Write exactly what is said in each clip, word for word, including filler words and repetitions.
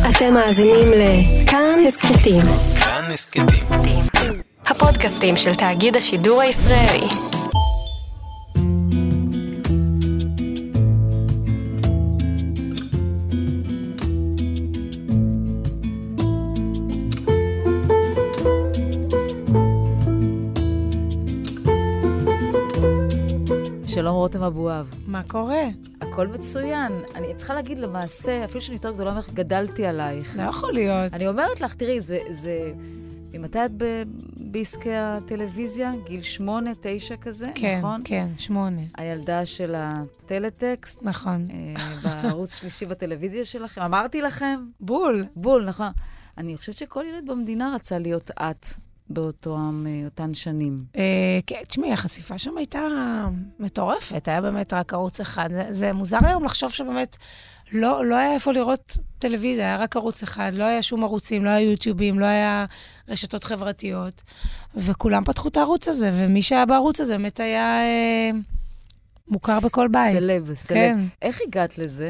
אתם מאזינים לכאן הסקטים. כאן הסקטים. הפודקאסטים של תאגיד השידור הישראלי. שלום רותם אבואב. מה קורה? הכל מצוין. אני צריכה להגיד למעשה, אפילו שאני יותר גדולה ממך, גדלתי עלייך. לא יכול להיות. אני אומרת לך, תראי, זה, זה, ממתי את ב, בעסקי הטלוויזיה? גיל שמונה, תשע כזה, כן, נכון? כן, שמונה. הילדה של הטלטקסט. נכון. אה, בערוץ שלישי בטלוויזיה שלכם. אמרתי לכם? בול. בול, נכון. אני חושבת שכל ילד במדינה רצה להיות את. באותן שנים. כן, תשמעי, החשיפה שם הייתה מטורפת, היה באמת רק ערוץ אחד. זה מוזר היום לחשוב שבאמת לא היה איפה לראות טלוויזיה, היה רק ערוץ אחד, לא היה שום ערוצים, לא היה יוטיובים, לא היה רשתות חברתיות, וכולם פתחו את הערוץ הזה, ומי שהיה בערוץ הזה באמת היה מוכר בכל בית. סלב, סלב. איך הגעת לזה?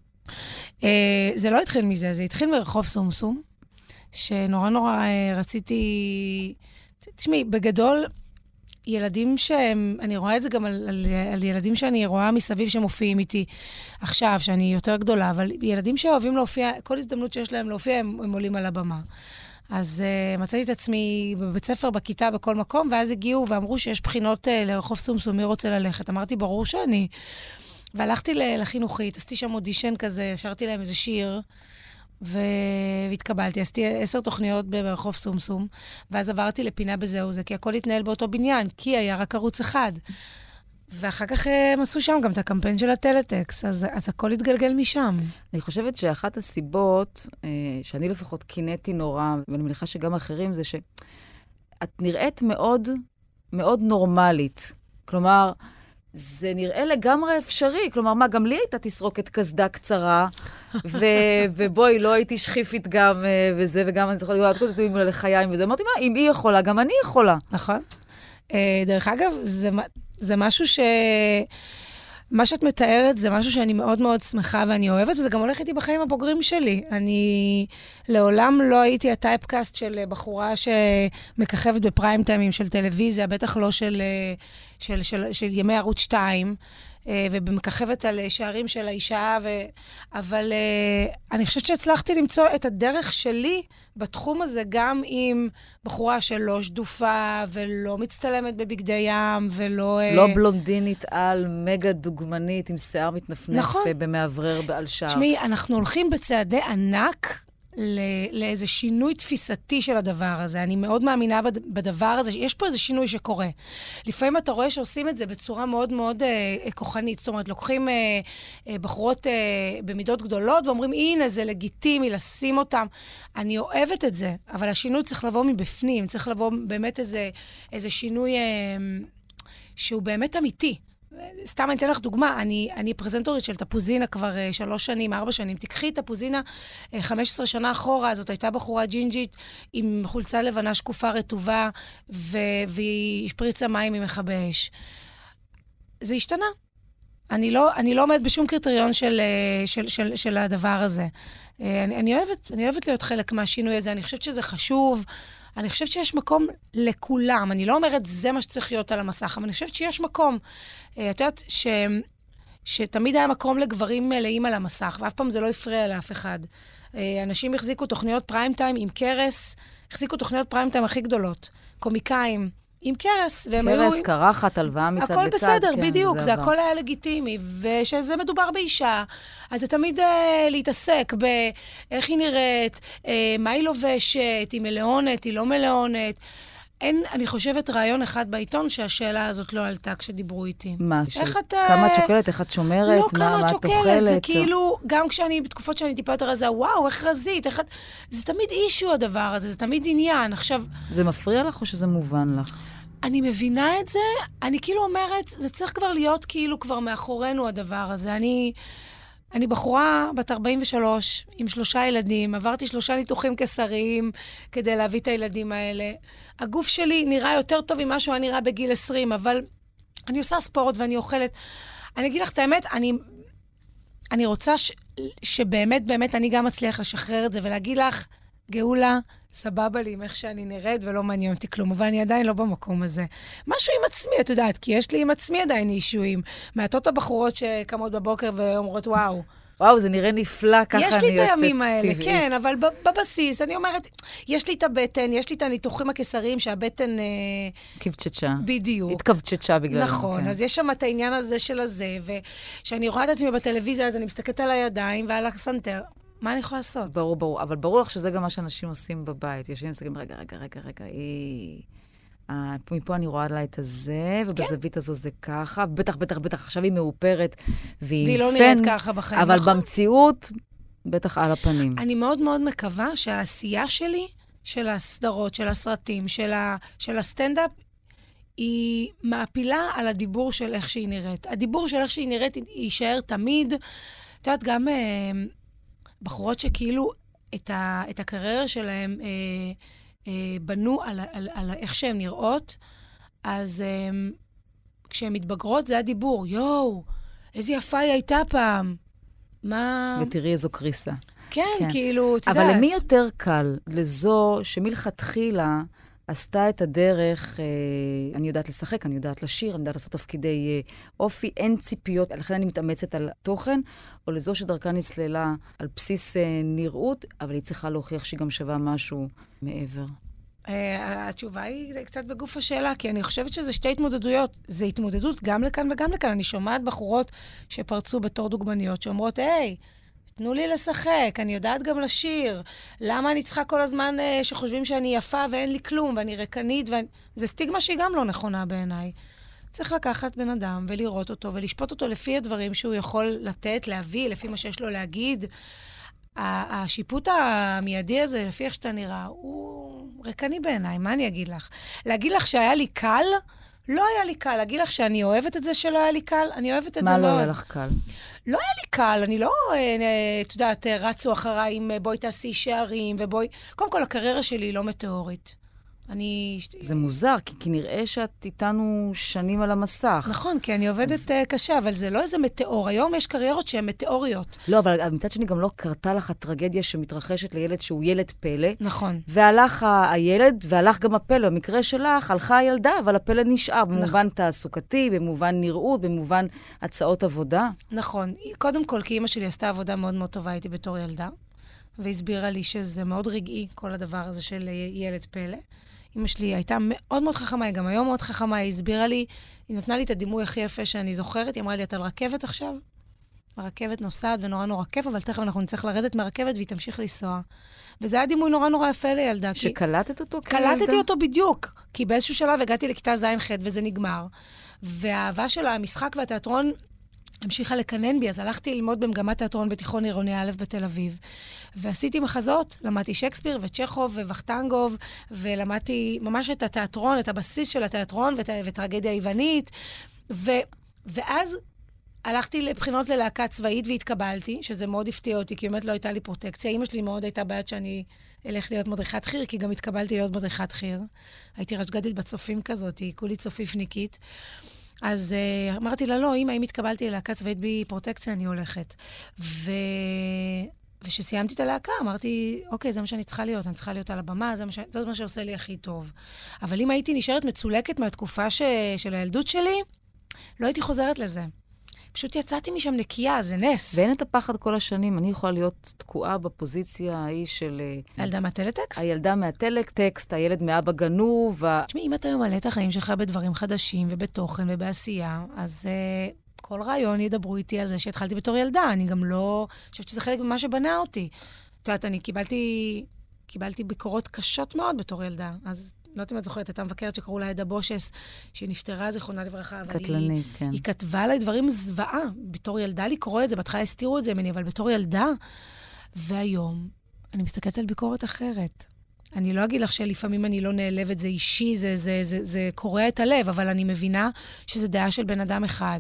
זה לא התחיל מזה, זה התחיל מרחוב סומסום, שנורא נורא רציתי... תשמעי, בגדול, ילדים שהם... אני רואה את זה גם על, על, על ילדים שאני רואה מסביב שמופיעים איתי עכשיו, שאני יותר גדולה, אבל ילדים שאוהבים להופיע, כל הזדמנות שיש להם להופיע, הם, הם עולים על הבמה. אז uh, מצאתי את עצמי בבית ספר, בכיתה, בכל מקום, ואז הגיעו ואמרו שיש בחינות uh, לרחוב סומסום, מי רוצה ללכת? אמרתי, ברור שאני. והלכתי לחינוכית, עשיתי שם אודישן כזה, שרתי להם איזה שיר, והתקבלתי, עשיתי עשר תוכניות ברחוב סומסום, ואז עברתי לפינה בזהו זה, כי הכל התנהל באותו בניין, כי היה רק ערוץ אחד. ואחר כך הם עשו שם גם את הקמפיין של הטלטקס, אז, אז הכל התגלגל משם. אני חושבת שאחת הסיבות, שאני לפחות קינאתי נורא, ואני מניחה שגם אחרים, זה שאת נראית מאוד, מאוד נורמלית. כלומר, זה נראה לגמרי אפשרי. כלומר, מה, גם לי הייתה תסרוקת כסדה קצרה, ו- ובואי, לא הייתי שחיפית גם וזה, וגם אני זוכרת, את כל זה דומים לחיים וזה. אמרתי, מה, אם היא יכולה, גם אני יכולה. נכון. דרך אגב, זה, זה משהו ש... מה שאת מתארת זה משהו שאני מאוד מאוד שמחה ואני אוהבת, וזה גם הולך איתי בחיים הבוגרים שלי. אני לעולם לא הייתי הטייפקאסט של בחורה שמככבת בפריים טיימים של טלוויזיה, בטח לא של, של, של, של ימי ערוץ שתיים, ובמככבת על שערים של האישה, ו... אבל אני חושבת שהצלחתי למצוא את הדרך שלי בתחום הזה, גם עם בחורה שלא שדופה, ולא מצטלמת בבגדי ים, ולא... לא בלונדינית על, מגה דוגמנית, עם שיער מתנפנף, נכון. במעברר בעל שער. תשמעי, אנחנו הולכים בצעדי ענק, לאיזה שינוי תפיסתי של הדבר הזה. אני מאוד מאמינה בדבר הזה. יש פה איזה שינוי שקורה. לפעמים אתה רואה שעושים את זה בצורה מאוד מאוד אה, כוחנית. זאת אומרת, לוקחים אה, אה, בחורות אה, במידות גדולות ואומרים, הנה, זה לגיטימי לשים אותם. אני אוהבת את זה, אבל השינוי צריך לבוא מבפנים. צריך לבוא באמת איזה, איזה שינוי אה, שהוא באמת אמיתי. סתם אני אתן לך דוגמה, אני, אני פרזנטורית של תפוזינה כבר uh, שלוש שנים, ארבע שנים. תקחי את תפוזינה uh, חמש עשרה שנה אחורה, זאת הייתה בחורה ג'ינג'ית עם חולצה לבנה שקופה רטובה, ו- והיא השפריצה מים ממכבי אש. זה השתנה. אני לא, אני לא עומד בשום קריטריון של, uh, של, של, של הדבר הזה. Uh, אני, אני אוהבת, אני אוהבת להיות חלק מהשינוי הזה, אני חושבת שזה חשוב, אני חושבת שיש מקום לכולם. אני לא אומרת, זה מה שצריך להיות על המסך, אבל אני חושבת שיש מקום. את יודעת ש... שתמיד היה מקום לגברים מלאים על המסך, ואף פעם זה לא הפריע לאף אחד. אנשים החזיקו תוכניות פריים טיים עם קרס, החזיקו תוכניות פריים טיים הכי גדולות. קומיקאים עם קרס, והם היו... קרס, קרחת, הלוואה מצד לצד. הכל בסדר, כן, בדיוק, זה, זה עבר. הכל היה לגיטימי, ושזה מדובר באישה, אז זה תמיד אה, להתעסק באיך היא נראית, אה, מה היא לובשת, היא מלאונת, היא לא מלאונת. אין, אני חושבת, רעיון אחד בעיתון שהשאלה הזאת לא עלתה כשדיברו איתי. מה? איך את... כמה את שוקלת, איך את שומרת, לא מה, כמה מה את את שוקלת, אוכלת? זה כאילו, גם כשאני, בתקופות שאני טיפה יותר רזה, וואו, איך רזית, איך את... זה תמיד אישו הדבר הזה, זה תמיד עניין. עכשיו... זה מפריע לך או שזה מובן לך? אני מבינה את זה, אני כאילו אומרת, זה צריך כבר להיות כאילו כבר מאחורינו הדבר הזה. אני, אני בחורה בת ארבעים ושלוש, עם שלושה ילדים, עברתי שלושה ניתוחים קיסריים כדי להביא את הילדים האלה. הגוף שלי נראה יותר טוב ממה שהוא נראה בגיל עשרים, אבל אני עושה ספורט ואני אוכלת. אני אגיד לך את האמת, אני... אני רוצה ש, שבאמת, באמת, אני גם אצליח לשחרר את זה ולהגיד לך, גאולה, סבבה לי עם איך שאני נראית ולא מעניין אותי כלום, אבל אני עדיין לא במקום הזה. משהו עם עצמי, את יודעת, כי יש לי עם עצמי עדיין אישויים. מעטות הבחורות שקמות בבוקר ואומרות, וואו, וואו, זה נראה נפלא, ככה אני יוצאת טבעית. יש לי את הימים האלה, כן, אבל בבסיס, אני אומרת, יש לי את הבטן, יש לי את הניתוחים הקיסריים שהבטן... כבצ'צ'ה. בדיוק. התכווצ'צ'ה בגלל... נכון, אז יש שם את העניין הזה של הזה, וכשאני רואה את עצמי בטלוויזיה, אז אני מסתכלת על הידיים ועל הסנטר. מה אני יכולה לעשות? ברור, ברור, אבל ברור לך שזה גם מה שאנשים עושים בבית. יושבים ומסתכלים, רגע, רגע, רגע, רגע, היא... מפה אני רואה לה את הזה, ובזווית הזו זה ככה, בטח, בטח, בטח, עכשיו היא מאופרת, והיא לא נראית ככה בחיים, אבל במציאות, בטח על הפנים. אני מאוד מאוד מקווה שהעשייה שלי, של הסדרות, של הסרטים, של הסטנדאפ, היא מעפילה על הדיבור של איך שהיא נראית. הדיבור של איך שהיא נראית יישאר תמיד. את יודעת, גם בחורות שכאילו את הקריירה שלהם... בנו על, על, על איך שהן נראות, אז um, כשהן מתבגרות זה הדיבור, יואו, איזה יפה היא הייתה פעם. מה... ותראי איזו קריסה. כן, כן. כאילו, את יודעת. אבל למי יותר קל? לזו שמלכתחילה עשתה את הדרך, אה, אני יודעת לשחק, אני יודעת לשיר, אני יודעת לעשות תפקידי אה, אופי, אין ציפיות, לכן אני מתאמצת על תוכן, או לזו שדרכה נסללה על בסיס אה, נראות, אבל היא צריכה להוכיח שהיא גם שווה משהו מעבר. Uh, התשובה היא קצת בגוף השאלה, כי אני חושבת שזה שתי התמודדויות. זה התמודדות גם לכאן וגם לכאן. אני שומעת בחורות שפרצו בתור דוגמניות, שאומרות, היי, תנו לי לשחק, אני יודעת גם לשיר. למה אני צריכה כל הזמן uh, שחושבים שאני יפה ואין לי כלום, ואני רקנית, ואני... זה סטיגמה שהיא גם לא נכונה בעיניי. צריך לקחת בן אדם ולראות אותו, ולשפוט אותו לפי הדברים שהוא יכול לתת, להביא, לפי מה שיש לו להגיד. השיפוט המיידי הזה, לפי איך שאתה נראה, הוא רקני בעיניי, מה אני אגיד לך? להגיד לך שהיה לי קל? לא היה לי קל. להגיד לך שאני אוהבת את זה שלא היה לי קל? אני אוהבת את זה מאוד. מה לא היה לך קל? לא היה לי קל, אני לא, את יודעת, רצו אחריי עם בואי תעשי שערים ובואי... קודם כל, הקריירה שלי היא לא מטאורית. אני... זה מוזר, כי, כי נראה שאת איתנו שנים על המסך. נכון, כי אני עובדת אז... קשה, אבל זה לא איזה מטאור. היום יש קריירות שהן מטאוריות. לא, אבל מצד שני גם לא קרתה לך הטרגדיה שמתרחשת לילד שהוא ילד פלא. נכון. והלך ה- הילד, והלך גם הפלא. במקרה שלך, הלכה הילדה, אבל הפלא נשאר. במובן נכון. תעסוקתי, במובן נראות, במובן הצעות עבודה. נכון. קודם כל, כי אמא שלי עשתה עבודה מאוד מאוד טובה, הייתי בתור ילדה, והסבירה לי שזה מאוד רגעי, כל הדבר הזה של ילד פלא. אמא שלי הייתה מאוד מאוד חכמה, היא גם היום מאוד חכמה, היא הסבירה לי, היא נתנה לי את הדימוי הכי יפה שאני זוכרת, היא אמרה לי, את על רכבת עכשיו? הרכבת נוסעת ונורא נורא כיף, אבל תכף אנחנו נצטרך לרדת מהרכבת והיא תמשיך לנסוע. וזה היה דימוי נורא נורא יפה לילדה. שקלטת אותו כילדה? קלטתי אותו בדיוק, כי באיזשהו שלב הגעתי לכיתה ז' ח' וזה נגמר. והאהבה של המשחק והתיאטרון המשיכה לקנן בי, אז הלכתי ללמוד במגמת תיאטרון בתיכון עירוני א' בתל אביב. ועשיתי מחזות, למדתי שייקספיר וצ'כוב ווחטנגוב, ולמדתי ממש את התיאטרון, את הבסיס של התיאטרון וטרגדיה היוונית. ו... ואז הלכתי לבחינות ללהקה צבאית והתקבלתי, שזה מאוד הפתיע אותי, כי באמת לא הייתה לי פרוטקציה. אמא שלי מאוד הייתה בעד שאני אלך להיות מדריכת חיר, כי גם התקבלתי להיות מדריכת חיר. הייתי רשגדית בצופים כזאת, כולי צופיפניקית. אז uh, אמרתי לה, לא, אמא, אם התקבלתי ללהקה צבאית בי פרוטקציה, אני הולכת. ו... ושסיימתי את הלהקה, אמרתי, אוקיי, זה מה שאני צריכה להיות, אני צריכה להיות על הבמה, זה מה, ש... זה מה שעושה לי הכי טוב. אבל אם הייתי נשארת מצולקת מהתקופה ש... של הילדות שלי, לא הייתי חוזרת לזה. פשוט יצאתי משם נקייה, זה נס. ואין את הפחד כל השנים. אני יכולה להיות תקועה בפוזיציה ההיא של... הילדה מהטלטקסט? הילדה מהטלטקסט, הילד מאבא גנוב. תשמעי, אם אתה ממלא את החיים שלך בדברים חדשים ובתוכן ובעשייה, אז uh, כל רעיון ידברו איתי על זה שהתחלתי בתור ילדה. אני גם לא... אני חושבת שזה חלק ממה שבנה אותי. את יודעת, אני קיבלתי, קיבלתי ביקורות קשות מאוד בתור ילדה. אז... לא יודעת אם את זוכרת, הייתה מבקרת שקראו לה עדה בושס, שנפטרה זיכרונה לברכה. קטלנית, כן. היא כתבה עליי דברים זוועה. בתור ילדה לקרוא את זה, בהתחלה הסתירו את זה ממני, אבל בתור ילדה, והיום אני מסתכלת על ביקורת אחרת. אני לא אגיד לך שלפעמים אני לא נעלבת, זה אישי, זה, זה, זה, זה קורע את הלב, אבל אני מבינה שזה דעה של בן אדם אחד,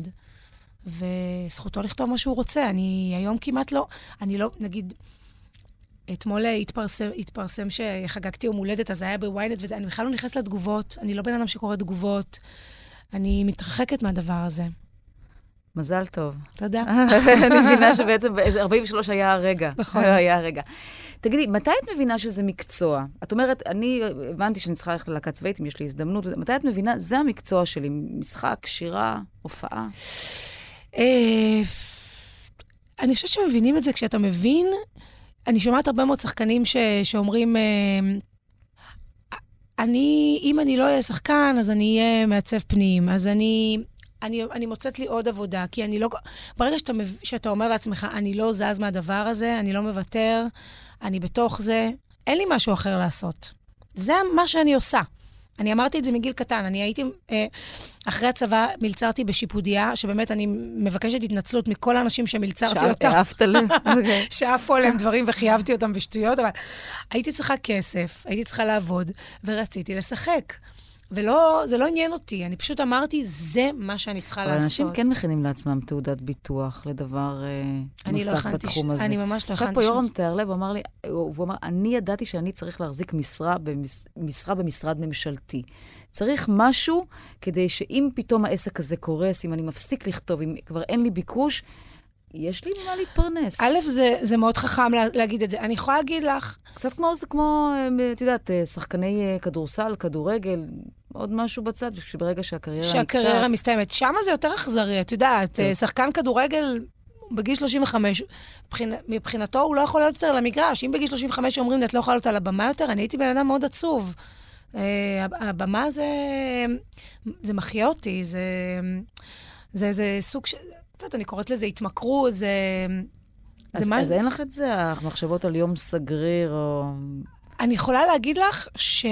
וזכותו לכתוב מה שהוא רוצה. אני היום כמעט לא, אני לא, נגיד... אתמול התפרסם, התפרסם שחגגתי יום הולדת, אז זה היה בוויינט, ואני בכלל לא נכנס לתגובות, אני לא בן אדם שקורא תגובות, אני מתרחקת מהדבר הזה. מזל טוב. תודה. אני מבינה שבעצם ארבעים ושלוש היה הרגע. נכון. היה הרגע. תגידי, מתי את מבינה שזה מקצוע? את אומרת, אני הבנתי שאני צריכה ללכת ללהקה צבאית, אם יש לי הזדמנות. מתי את מבינה, זה המקצוע שלי, משחק, שירה, הופעה? אני חושבת שמבינים את זה כשאתה מבין. אני שומעת הרבה מאוד שחקנים שאומרים, אני, אם אני לא אהיה שחקן, אז אני אהיה מעצב פנים, אז אני... אני, אני מוצאת לי עוד עבודה, כי אני לא... ברגע שאתה, שאתה אומר לעצמך, אני לא זז מהדבר הזה, אני לא מוותר, אני בתוך זה, אין לי משהו אחר לעשות. זה מה שאני עושה. אני אמרתי את זה מגיל קטן, אני הייתי, אה, אחרי הצבא מלצרתי בשיפודיה, שבאמת אני מבקשת התנצלות מכל האנשים שמלצרתי אותם. שאפת להם. שאפו עליהם דברים וחייבתי אותם בשטויות, אבל הייתי צריכה כסף, הייתי צריכה לעבוד, ורציתי לשחק. ולא, זה לא עניין אותי, אני פשוט אמרתי, זה מה שאני צריכה אבל לעשות. אבל אנשים כן מכינים לעצמם תעודת ביטוח לדבר אה, נוסף לא בתחום הזה. אני ממש לא הכנתי. עכשיו פה יורם תיארלב, הוא אמר לי, הוא אמר, אני ידעתי שאני צריך להחזיק משרה, במש, משרה במשרד ממשלתי. צריך משהו כדי שאם פתאום העסק הזה קורס, אם אני מפסיק לכתוב, אם כבר אין לי ביקוש, יש לי ממה להתפרנס. א', זה, זה מאוד חכם לה, להגיד את זה. אני יכולה להגיד לך... קצת כמו, זה כמו, את יודעת, שחקני כדורסל, כדורגל, עוד משהו בצד, שברגע שהקריירה נקטעת... שהקריירה מסתיימת. שם זה יותר אכזרי, את יודעת, שחקן כדורגל בגיל שלושים וחמש, מבחינתו הוא לא יכול להיות יותר למגרש. אם בגיל שלושים וחמש אומרים לי, את לא יכולה להיות על הבמה יותר, אני הייתי בן אדם מאוד עצוב. הבמה זה, זה מחיה אותי, זה, זה, זה סוג של... את יודעת, אני קוראת לזה התמכרות, זה... אז, אז אין לך את זה, המחשבות על יום סגריר או... אני יכולה להגיד לך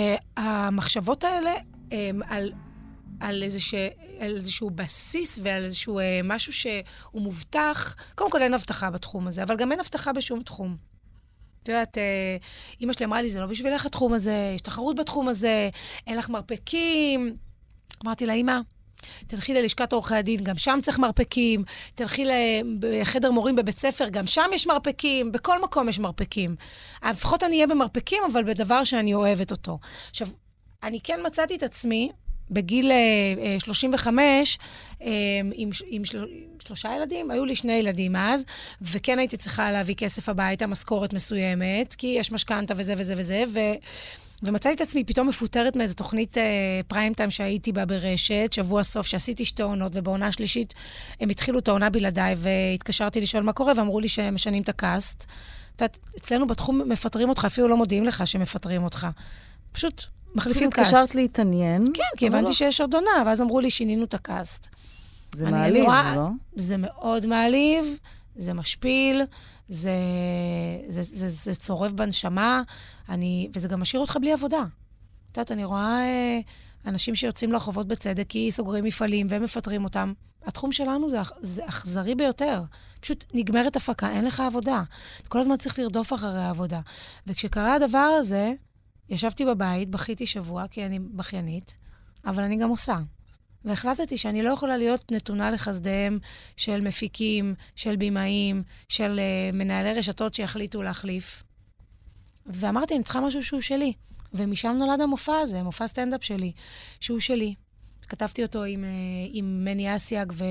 שהמחשבות האלה הם על, על, איזשה, על איזשהו בסיס ועל איזשהו משהו שהוא מובטח. קודם כל אין הבטחה בתחום הזה, אבל גם אין הבטחה בשום תחום. את יודעת, אמא שלי אמרה לי, זה לא בשבילך התחום הזה, יש תחרות בתחום הזה, אין לך מרפקים. אמרתי לה, אמא, תלכי ללשכת עורכי הדין, גם שם צריך מרפקים, תלכי לחדר מורים בבית ספר, גם שם יש מרפקים, בכל מקום יש מרפקים. לפחות אני אהיה במרפקים, אבל בדבר שאני אוהבת אותו. עכשיו, אני כן מצאתי את עצמי, בגיל שלושים וחמש, עם, עם של, שלושה ילדים, היו לי שני ילדים אז, וכן הייתי צריכה להביא כסף הביתה, משכורת מסוימת, כי יש משכנתה וזה וזה וזה, ו... ומצאתי את עצמי פתאום מפוטרת מאיזו תוכנית אה, פריים טיים שהייתי בה ברשת, שבוע סוף שעשיתי שתי עונות, ובעונה השלישית הם התחילו את העונה בלעדיי, והתקשרתי לשאול מה קורה, ואמרו לי שהם משנים את הקאסט. את יודעת, אצלנו בתחום מפטרים אותך, אפילו לא מודיעים לך שמפטרים אותך. פשוט מחליפים קאסט. התקשרת להתעניין. כן, כי הבנתי לא... שיש עוד עונה, ואז אמרו לי, שינינו את הקאסט. זה מעליב, רואה, לא? זה מאוד מעליב, זה משפיל, זה, זה, זה, זה, זה צורב בנשמה, אני, וזה גם משאיר אותך בלי עבודה. את יודעת, אני רואה אה, אנשים שיוצאים לרחובות בצדק, כי סוגרים מפעלים והם מפטרים אותם. התחום שלנו זה, זה אכזרי ביותר. פשוט נגמרת הפקה, אין לך עבודה. כל הזמן צריך לרדוף אחרי העבודה. וכשקרה הדבר הזה, ישבתי בבית, בכיתי שבוע, כי אני בכיינית, אבל אני גם עושה. והחלטתי שאני לא יכולה להיות נתונה לחסדיהם של מפיקים, של בימאים, של uh, מנהלי רשתות שיחליטו להחליף. ואמרתי, אני צריכה משהו שהוא שלי. ומשם נולד המופע הזה, מופע סטנדאפ שלי, שהוא שלי. כתבתי אותו עם, uh, עם מני אסיאג, ו,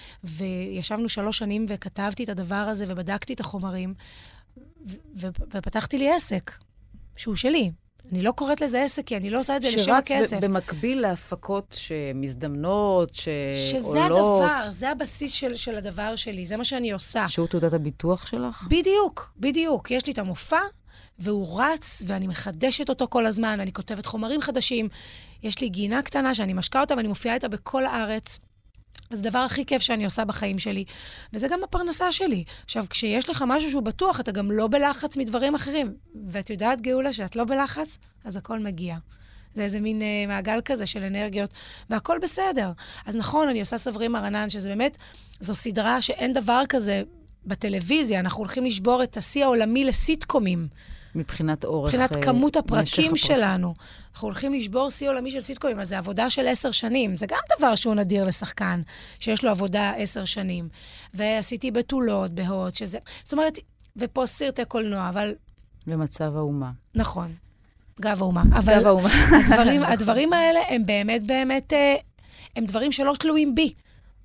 וישבנו שלוש שנים וכתבתי את הדבר הזה, ובדקתי את החומרים, ו, ו, ופתחתי לי עסק, שהוא שלי. אני לא קוראת לזה עסק, כי אני לא עושה את זה לשם הכסף. שרץ במקביל להפקות שמזדמנות, שעולות. שזה הדבר, זה הבסיס של, של הדבר שלי, זה מה שאני עושה. שהוא תעודת הביטוח שלך? בדיוק, בדיוק. יש לי את המופע, והוא רץ, ואני מחדשת אותו כל הזמן, ואני כותבת חומרים חדשים. יש לי גינה קטנה שאני משקה אותה, ואני מופיעה איתה בכל הארץ. אז הדבר הכי כיף שאני עושה בחיים שלי, וזה גם הפרנסה שלי. עכשיו, כשיש לך משהו שהוא בטוח, אתה גם לא בלחץ מדברים אחרים. ואת יודעת, גאולה, שאת לא בלחץ, אז הכל מגיע. זה איזה מין uh, מעגל כזה של אנרגיות, והכל בסדר. אז נכון, אני עושה סברים מרנן, שזה באמת, זו סדרה שאין דבר כזה בטלוויזיה. אנחנו הולכים לשבור את השיא העולמי לסיטקומים. מבחינת אורך... מבחינת כמות הפרקים שלנו. אנחנו הולכים לשבור שיא עולמי של סיטקומים, אז זה עבודה של עשר שנים. זה גם דבר שהוא נדיר לשחקן, שיש לו עבודה עשר שנים. ועשיתי בתולות, בהות, שזה... זאת אומרת, ופה סרטי קולנוע, אבל... ומצב האומה. נכון. גב האומה. גב האומה. הדברים, הדברים האלה הם באמת, באמת, הם דברים שלא תלויים בי.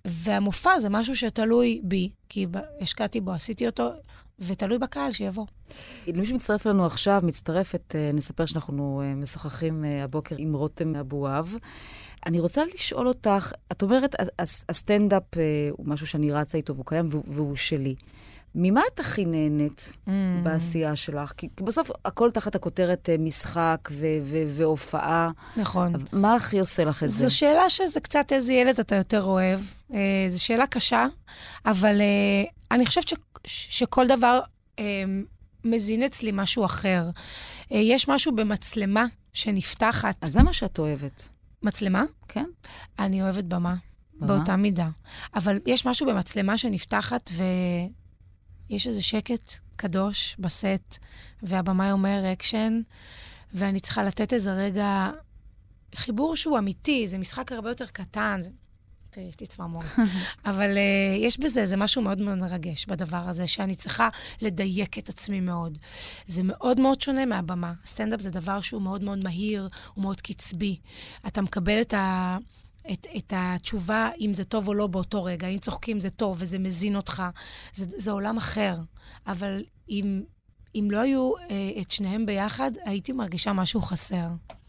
והמופע זה משהו שתלוי בי, כי השקעתי בו, עשיתי אותו, ותלוי בקהל שיבוא. למי שמצטרף לנו עכשיו, מצטרפת, נספר שאנחנו משוחחים הבוקר עם רותם אבואב. אני רוצה לשאול אותך, את אומרת, הסטנדאפ הוא משהו שאני רצה איתו, והוא קיים והוא שלי. ממה את הכי נהנית mm. בעשייה שלך? כי בסוף הכל תחת הכותרת משחק ו- ו- והופעה. נכון. מה הכי עושה לך את זה? זו שאלה שזה קצת איזה ילד אתה יותר אוהב. אה, זו שאלה קשה, אבל אה, אני חושבת ש- שכל דבר אה, מזין אצלי משהו אחר. אה, יש משהו במצלמה שנפתחת. אז זה מה שאת אוהבת. מצלמה? כן. אני אוהבת במה, במה? באותה מידה. אבל יש משהו במצלמה שנפתחת ו... יש איזה שקט קדוש בסט, והבמאי אומר אקשן, ואני צריכה לתת איזה רגע חיבור שהוא אמיתי, זה משחק הרבה יותר קטן, זה... תראי, יש לי צמרמורת. אבל uh, יש בזה, זה משהו מאוד מאוד מרגש בדבר הזה, שאני צריכה לדייק את עצמי מאוד. זה מאוד מאוד שונה מהבמה. סטנדאפ זה דבר שהוא מאוד מאוד מהיר, הוא מאוד קצבי. אתה מקבל את ה... את, את התשובה, אם זה טוב או לא באותו רגע, אם צוחקים זה טוב וזה מזין אותך, זה, זה עולם אחר. אבל אם, אם לא היו אה, את שניהם ביחד, הייתי מרגישה משהו חסר.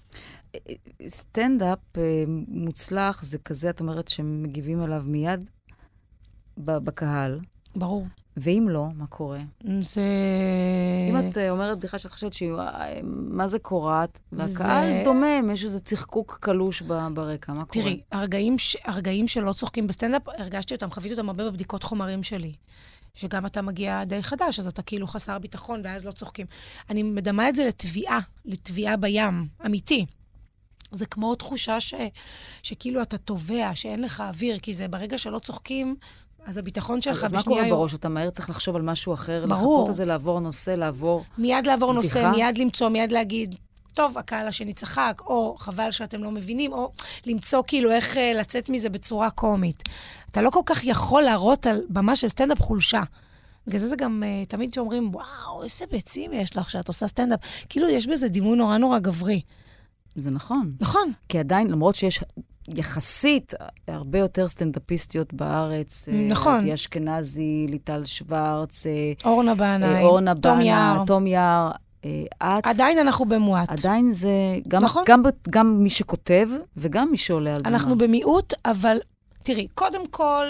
סטנדאפ אה, מוצלח, זה כזה, את אומרת, שמגיבים עליו מיד בקהל. ברור. ואם לא, מה קורה? זה... אם את אומרת בדיחה שאת חושבת מה זה קוראת, והקהל זה... דומם, יש איזה צחקוק קלוש ברקע, מה קורה? תראי, הרגעים, ש... הרגעים שלא צוחקים בסטנדאפ, הרגשתי אותם, חוויתי אותם הרבה בבדיקות חומרים שלי. שגם אתה מגיע די חדש, אז אתה כאילו חסר ביטחון, ואז לא צוחקים. אני מדמה את זה לתביעה, לתביעה בים, אמיתי. זה כמו תחושה ש... שכאילו אתה תובע, שאין לך אוויר, כי זה ברגע שלא צוחקים, אז הביטחון שלך בשנייה... אז מה קורה בראש? אתה מהר צריך לחשוב על משהו אחר, לחפות את זה, לעבור נושא, לעבור... מיד לעבור נושא, מיד למצוא, מיד להגיד, טוב, הקהל השני צחק, או חבל שאתם לא מבינים, או למצוא כאילו איך לצאת מזה בצורה קומית. אתה לא כל כך יכול להראות על במה של סטנדאפ חולשה. בגלל זה זה גם תמיד שאומרים, וואו, איזה ביצים יש לך שאת עושה סטנדאפ. כאילו יש בזה דימוי נורא נורא גברי. זה נכון. נכון. כי עדיין, למרות שיש... יחסית הרבה יותר סטנדאפיסטיות בארץ. נכון. עדי אשכנזי, ליטל שוורץ. אורנה בנאי. אורנה תום בנאי. יער. תום יער. את... עדיין אנחנו במועט. עדיין זה... גם, נכון. גם, גם מי שכותב וגם מי שעולה על במה. אנחנו במיעוט, אבל תראי, קודם כל,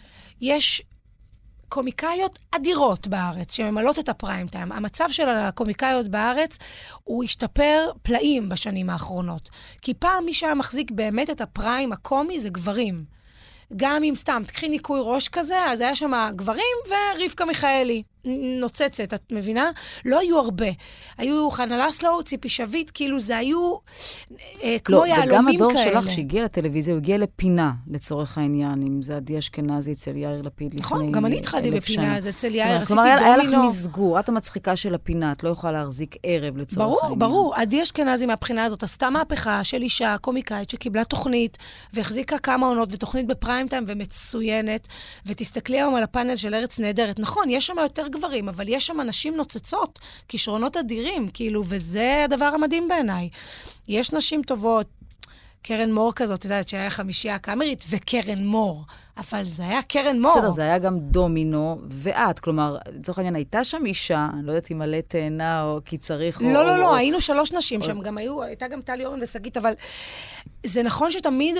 יש קומיקאיות אדירות בארץ, שממלאות את הפריים טיים. המצב של הקומיקאיות בארץ הוא השתפר פלאים בשנים האחרונות. כי פעם מי שהיה מחזיק באמת את הפריים הקומי זה גברים. גם אם סתם, תקחי ניקוי ראש כזה, אז היה שם גברים ורבקה מיכאלי. נוצצת, את מבינה? לא היו הרבה. היו חנה לסלו, ציפי שביט, כאילו זה היו אה, כמו לא, יעלומים כאלה. וגם הדור שלך שהגיע לטלוויזיה, הוא הגיע לפינה, לצורך העניין, אם זה עדי אשכנזי אצל יאיר לפיד לפני אלף שנה. נכון, גם אני התחלתי בפינה, אז אצל יאיר עשיתי כלומר, דומינו. היה לך מסגור, את המצחיקה של הפינה, את לא יכולה להחזיק ערב לצורך ברור, העניין. ברור, ברור. עדי אשכנזי מהבחינה הזאת עשתה מהפכה של אישה קומיקאית שקיבלה תוכנית, והחזיקה כמה עונות ותוכנית בפריים טיים ומצוינת, ותסתכלי היום על הפאנל של ארץ נהדרת. נכון, יש שם יותר גברים, אבל יש שם נשים נוצצות, כישרונות אדירים, כאילו, וזה הדבר המדהים בעיניי. יש נשים טובות, קרן מור כזאת, את יודעת, שהיה חמישייה הקאמרית, וקרן מור. אבל זה היה קרן מור. בסדר, זה היה גם דומינו, ואת, כלומר, לצורך העניין, הייתה שם אישה, אני לא יודעת אם מלא תאנה או כי צריך... לא, לא, לא, היינו שלוש נשים שם, גם היו, הייתה גם טלי אורן ושגית, אבל זה נכון שתמיד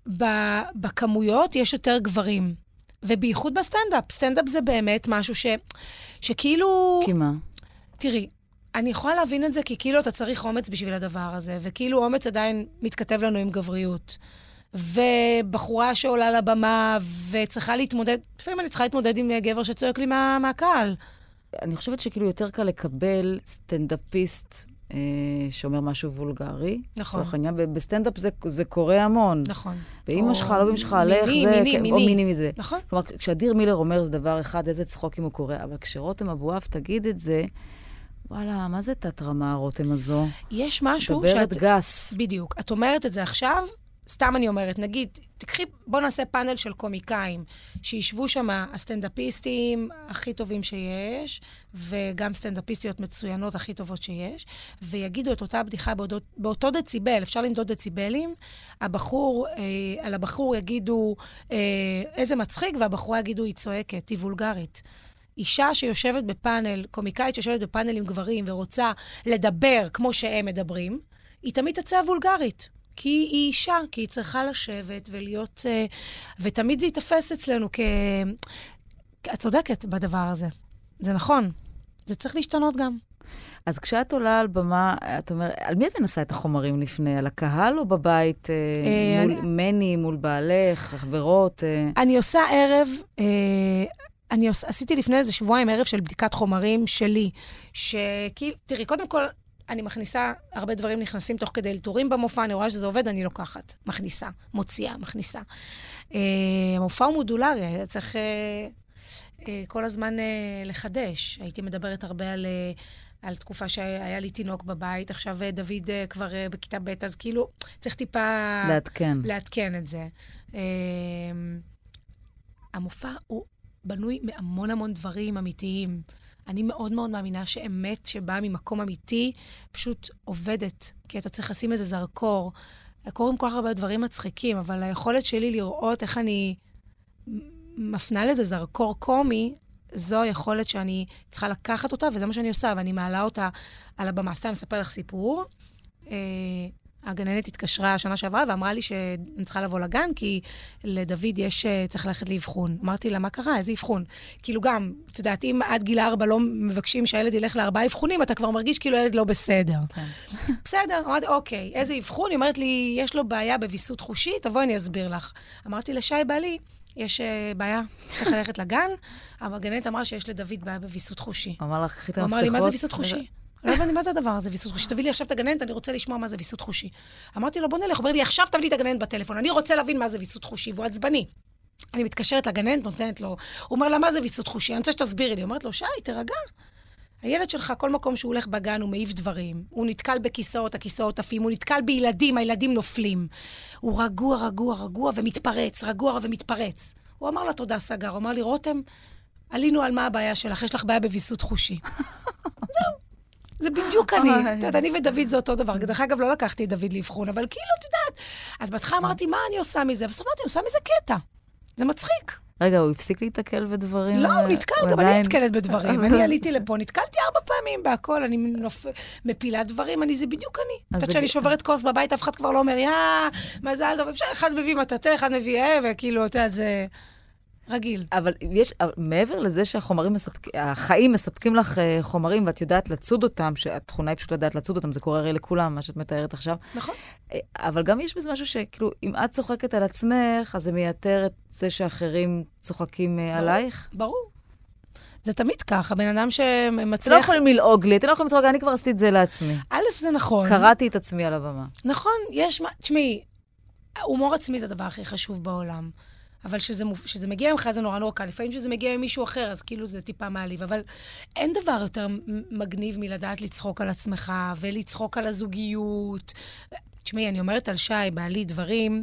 בכמויות יש יותר גברים. ובייחוד בסטנדאפ. סטנדאפ זה באמת משהו ש... שכאילו... כי מה? תראי, אני יכולה להבין את זה כי כאילו אתה צריך אומץ בשביל הדבר הזה, וכאילו אומץ עדיין מתכתב לנו עם גבריות. ובחורה שעולה לבמה וצריכה להתמודד, לפעמים אני צריכה להתמודד עם גבר שצועק לי מה, מהקהל. אני חושבת שכאילו יותר קל לקבל סטנדאפיסט אה, שאומר משהו וולגרי. נכון. לצורך העניין, בסטנדאפ זה, זה קורה המון. נכון. ואמא שלך, לא באמא שלך, עליך זה... מיני, מיני. או מיני מזה. נכון. כלומר, כשאדיר מילר אומר זה דבר אחד, איזה צחוק אם הוא קורא, אבל כשרותם אבואב תגיד את זה, וואלה, מה זה תת רמה, רותם הזו? יש משהו דברת גס. בדיוק. את אומרת את זה עכשיו, סתם אני אומרת, נגיד, תקחי, בוא נעשה פאנל של קומיקאים, שישבו שם הסטנדאפיסטים הכי טובים שיש, וגם סטנדאפיסטיות מצוינות הכי טובות שיש, ויגידו את אותה בדיחה באותו, באותו דציבל, אפשר למדוד דציבלים, הבחור, אה, על הבחור יגידו אה, איזה מצחיק, והבחורה יגידו היא צועקת, היא וולגרית. אישה שיושבת בפאנל, קומיקאית שיושבת בפאנל עם גברים ורוצה לדבר כמו שהם מדברים, היא תמיד תצא וולגרית. כי היא אישה, כי היא צריכה לשבת ולהיות... ותמיד זה יתפס אצלנו כ... את צודקת בדבר הזה. זה נכון. זה צריך להשתנות גם. אז כשאת עולה על במה, את אומרת, על מי את מנסה את החומרים לפני? על הקהל או בבית? מול מני, מול בעלך, חברות? אני עושה ערב... אני עשיתי לפני איזה שבועיים ערב של בדיקת חומרים שלי, שכאילו... תראי, קודם כל... אני מכניסה, הרבה דברים נכנסים תוך כדי אלתורים במופע, אני רואה שזה עובד, אני לוקחת. מכניסה, מוציאה, מכניסה. אה, המופע הוא מודולרי, צריך אה, אה, כל הזמן אה, לחדש. הייתי מדברת הרבה על, אה, על תקופה שהיה לי תינוק בבית, עכשיו אה, דוד אה, כבר אה, בכיתה ב', אז כאילו צריך טיפה... לעדכן. לעדכן את זה. אה, המופע הוא בנוי מהמון המון דברים אמיתיים. אני מאוד מאוד מאמינה שאמת שבאה ממקום אמיתי, פשוט עובדת, כי אתה צריך לשים איזה זרקור. קוראים כל כך הרבה דברים מצחיקים, אבל היכולת שלי לראות איך אני מפנה לזה זרקור קומי, זו היכולת שאני צריכה לקחת אותה, וזה מה שאני עושה, ואני מעלה אותה על הבמה. סתם מספר לך סיפור. הגננת התקשרה השנה שעברה ואמרה לי שאני צריכה לבוא לגן, כי לדוד יש, צריך ללכת לאבחון. אמרתי לה, מה קרה? איזה אבחון? כאילו גם, את יודעת, אם עד גיל ארבע לא מבקשים שהילד ילך לארבעה אבחונים, אתה כבר מרגיש כאילו הילד לא בסדר. בסדר, אמרתי, אוקיי, איזה אבחון? היא אומרת לי, יש לו בעיה בוויסות חושי, תבואי, אני אסביר לך. אמרתי לשי בעלי, יש בעיה, צריך ללכת לגן, אבל הגננת אמרה שיש לדוד בעיה בוויסות חושי. אמר לך, קחי את המפתחות. אמר לי, מה זה ויסות חושי? לא הבנתי, מה זה הדבר הזה, ויסות חושי? תביא לי עכשיו את הגננת, אני רוצה לשמוע מה זה ויסות חושי. אמרתי לו, בוא נלך, הוא אומר לי, עכשיו תביא לי את הגננת בטלפון, אני רוצה להבין מה זה ויסות חושי, והוא עצבני. אני מתקשרת לגננת, נותנת לו, הוא אומר לה, מה זה ויסות חושי? אני רוצה שתסבירי לי. אומרת לו, שי, תרגע. הילד שלך, כל מקום שהוא הולך בגן, הוא מעיף דברים. הוא נתקל בכיסאות, הכיסאות עפים, הוא נתקל בילדים, הילדים נופלים. הוא רגוע, רגוע, רגוע ומתפרץ, רגוע ומתפרץ. הוא אמר לה, תודה, סגר. הוא אמר לי, רותם, עלינו על מה הבעיה שלך, יש לך בעיה בוויסות חושי. זהו. זה בדיוק אני. את יודעת, אני ודוד זה אותו דבר. דרך אגב, לא לקחתי את דוד לאבחון, אבל כאילו, את יודעת. אז בהתחלה אמרתי, מה אני עושה מזה? בסוף אמרתי, עושה מזה קטע. זה מצחיק. רגע, הוא הפסיק להתקל בדברים? לא, הוא נתקל, גם אני נתקלת בדברים. אני עליתי לפה, נתקלתי ארבע פעמים בהכל, אני מפילה דברים, אני, זה בדיוק אני. את יודעת שאני שוברת כוס בבית, אף אחד כבר לא אומר, יא, מזל טוב, אחד מביא מטאטא, אחד מביא אה, וכאילו, את יודעת, זה... רגיל. אבל יש, מעבר לזה שהחומרים מספקים, החיים מספקים לך חומרים, ואת יודעת לצוד אותם, שהתכונה היא פשוט לדעת לצוד אותם, זה קורה הרי לכולם, מה שאת מתארת עכשיו. נכון. אבל גם יש בזה משהו שכאילו, אם את צוחקת על עצמך, אז זה מייתר את זה שאחרים צוחקים ברור, עלייך? ברור. זה תמיד ככה, בן אדם שמצליח... אתם לא יכולים ללעוג לי, אתם לא יכולים לצחוק, אני כבר עשיתי את זה לעצמי. א', זה נכון. קראתי את עצמי על הבמה. נכון, יש מה... תשמעי, הומור עצמי זה הדבר הכי חשוב בעולם. אבל שזה, שזה מגיע ממך זה נורא נורא קל. לפעמים שזה מגיע ממישהו אחר, אז כאילו זה טיפה מעליב. אבל אין דבר יותר מגניב מלדעת לצחוק על עצמך, ולצחוק על הזוגיות. תשמעי, אני אומרת על שי, בעלי דברים,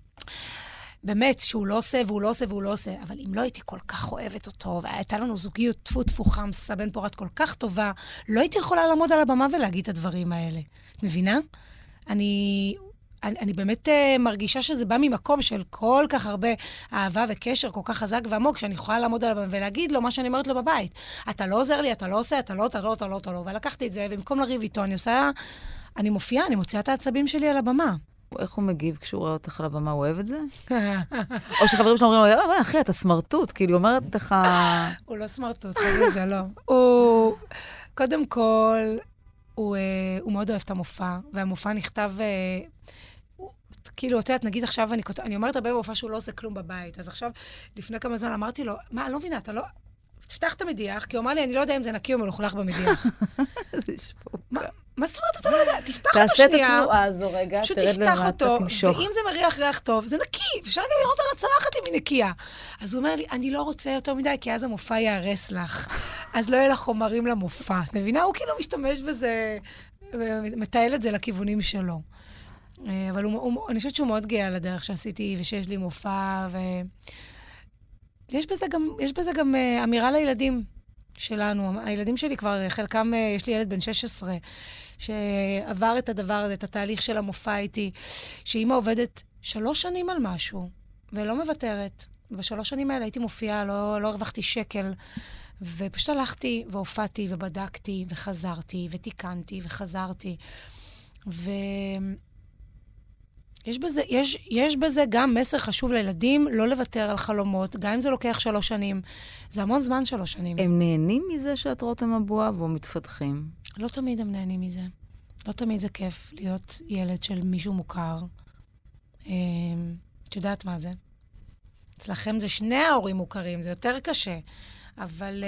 באמת, שהוא לא עושה, והוא לא עושה, והוא לא עושה. אבל אם לא הייתי כל כך אוהבת אותו, והייתה לנו זוגיות טפו טפו חמסה, בן פורת כל כך טובה, לא הייתי יכולה לעמוד על הבמה ולהגיד את הדברים האלה. את מבינה? אני... אני, אני באמת uh, מרגישה שזה בא ממקום של כל כך הרבה אהבה וקשר, כל כך חזק ועמוק, שאני יכולה לעמוד עליו ולהגיד לו מה שאני אומרת לו בבית. אתה לא עוזר לי, אתה לא עושה, אתה לא, אתה לא, אתה לא, אתה לא. ולקחתי את זה, ובמקום לריב איתו, אני עושה, אני מופיעה, אני מוציאה את העצבים שלי על הבמה. איך הוא מגיב כשהוא רואה אותך על הבמה? הוא אוהב את זה? או שחברים שלו אומרים לו, אחי, אתה סמרטוט, כאילו, היא אומרת לך... הוא לא סמרטוט, חייב שלום. הוא, קודם כל, הוא, הוא מאוד אוהב את המופע, והמופע נכתב... כאילו, את יודעת, נגיד עכשיו, אני, אני אומרת הרבה במופע שהוא לא עושה כלום בבית, אז עכשיו, לפני כמה זמן אמרתי לו, מה, אני לא מבינה, אתה לא... תפתח את המדיח, כי הוא אמר לי, אני לא יודע אם זה נקי או מלוכלך במדיח. זה שפוקה. מה, מה זאת אומרת, אתה לא יודע? תפתח אותו שנייה. תעשה את התנועה הזו רגע, פשוט תפתח אותו, ואם זה מריח ריח טוב, זה נקי. אפשר גם לראות על הצלחת אם היא נקייה. אז הוא אומר לי, אני לא רוצה יותר מדי, כי אז המופע יערס לך. אז לא יהיה לך חומרים למופע. מבינה? הוא כאילו משתמש בזה, מטייל את זה לכיוונים שלו. אבל הוא, הוא, אני חושבת שהוא מאוד גאה על הדרך שעשיתי, ושיש לי מופע, ויש בזה גם, יש בזה גם uh, אמירה לילדים שלנו. הילדים שלי כבר, חלקם, uh, יש לי ילד בן שש עשרה, שעבר את הדבר הזה, את התהליך של המופע איתי, שאמא עובדת שלוש שנים על משהו, ולא מוותרת. בשלוש שנים האלה הייתי מופיעה, לא, לא הרווחתי שקל, ופשוט הלכתי והופעתי ובדקתי וחזרתי ותיקנתי וחזרתי. ו... יש בזה, יש, יש בזה גם מסר חשוב לילדים, לא לוותר על חלומות, גם אם זה לוקח שלוש שנים. זה המון זמן שלוש שנים. הם נהנים מזה שאת רותם אבואב או מתפתחים? לא תמיד הם נהנים מזה. לא תמיד זה כיף להיות ילד של מישהו מוכר. את יודעת מה זה? אצלכם זה שני ההורים מוכרים, זה יותר קשה. אבל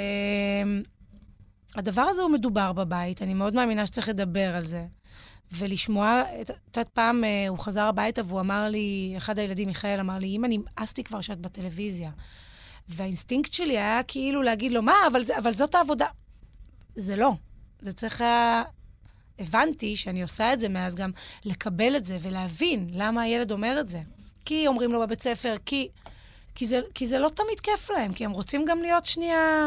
הדבר הזה הוא מדובר בבית. אני מאוד מאמינה שצריך לדבר על זה. ולשמוע, את יודעת פעם הוא חזר הביתה והוא אמר לי, אחד הילדים, מיכאל, אמר לי, אמא, נמאסתי כבר שאת בטלוויזיה. והאינסטינקט שלי היה כאילו להגיד לו, מה, אבל, זה, אבל זאת העבודה. זה לא. זה צריך היה... הבנתי שאני עושה את זה מאז גם לקבל את זה ולהבין למה הילד אומר את זה. כי אומרים לו בבית ספר, כי, כי, זה, כי זה לא תמיד כיף להם, כי הם רוצים גם להיות שנייה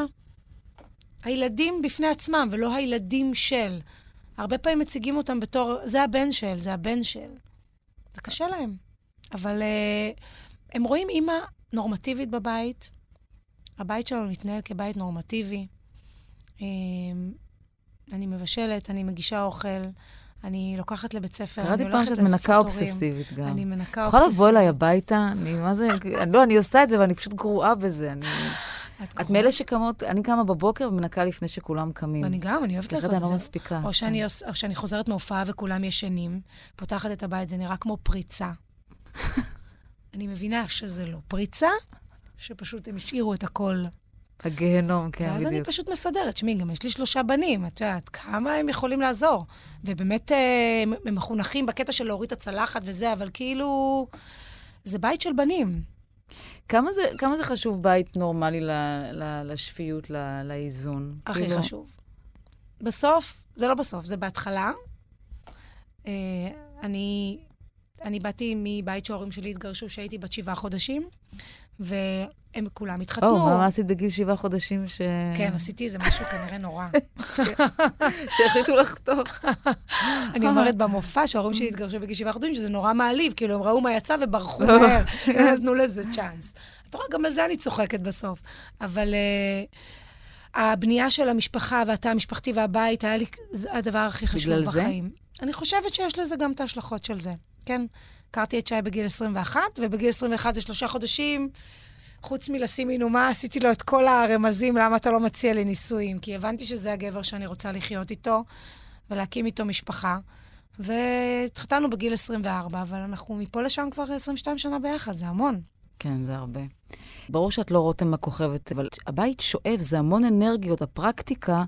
הילדים בפני עצמם, ולא הילדים של. הרבה פעמים מציגים אותם בתור, זה הבן של, זה הבן של. זה קשה להם. אבל uh, הם רואים אימא נורמטיבית בבית. הבית שלנו מתנהל כבית נורמטיבי. Um, אני מבשלת, אני מגישה אוכל, אני לוקחת לבית ספר, אני הולכת קראתי פעם שאת מנקה אובססיבית גם. אני מנקה אובססיבית. יכולה לבוא אליי הביתה, אני, מה זה, לא, אני עושה את זה, ואני פשוט גרועה בזה. אני... את מאלה שקמות, אני קמה בבוקר ומנקה לפני שכולם קמים. ואני גם, אני אוהבת לעשות את זה. אני לא מספיקה. או שאני, או שאני חוזרת מהופעה וכולם ישנים, פותחת את הבית, זה נראה כמו פריצה. אני מבינה שזה לא פריצה, שפשוט הם השאירו את הכל. הגהנום, כן, ואז בדיוק. אני פשוט מסדרת. שמי, גם יש לי שלושה בנים, את יודעת, כמה הם יכולים לעזור. ובאמת הם מחונכים בקטע של להוריד את הצלחת וזה, אבל כאילו, זה בית של בנים. כמה זה, כמה זה חשוב בית נורמלי ל, ל, לשפיות, ל, לאיזון? הכי כאילו... חשוב. בסוף, זה לא בסוף, זה בהתחלה. אה, אני, אני באתי מבית שההורים שלי התגרשו שהייתי בת שבעה חודשים, והם כולם התחתנו. או, מה, מה עשית בגיל שבעה חודשים ש... כן, עשיתי איזה משהו כנראה נורא. שהחליטו לחתוך. אני אומרת במופע שההורים שלי התגרשו בגיל שבעה חודשים, שזה נורא מעליב, כאילו הם ראו מה יצא וברחו מהר, נתנו לזה צ'אנס. אתה רואה, גם על זה אני צוחקת בסוף. אבל uh, הבנייה של המשפחה והתא המשפחתי והבית היה לי הדבר הכי חשוב בחיים. אני חושבת שיש לזה גם את ההשלכות של זה. כן? הכרתי את שי בגיל עשרים ואחת, ובגיל עשרים ואחת לשלושה חודשים, חוץ מלשים מנומה, עשיתי לו את כל הרמזים למה אתה לא מציע לי נישואים, כי הבנתי שזה הגבר שאני רוצה לחיות איתו, ולהקים איתו משפחה. והתחתנו בגיל עשרים וארבע, אבל אנחנו מפה לשם כבר עשרים ושתיים שנה ביחד, זה המון. כן, זה הרבה. ברור שאת לא רותם הכוכבת, אבל הבית שואב, זה המון אנרגיות, הפרקטיקה,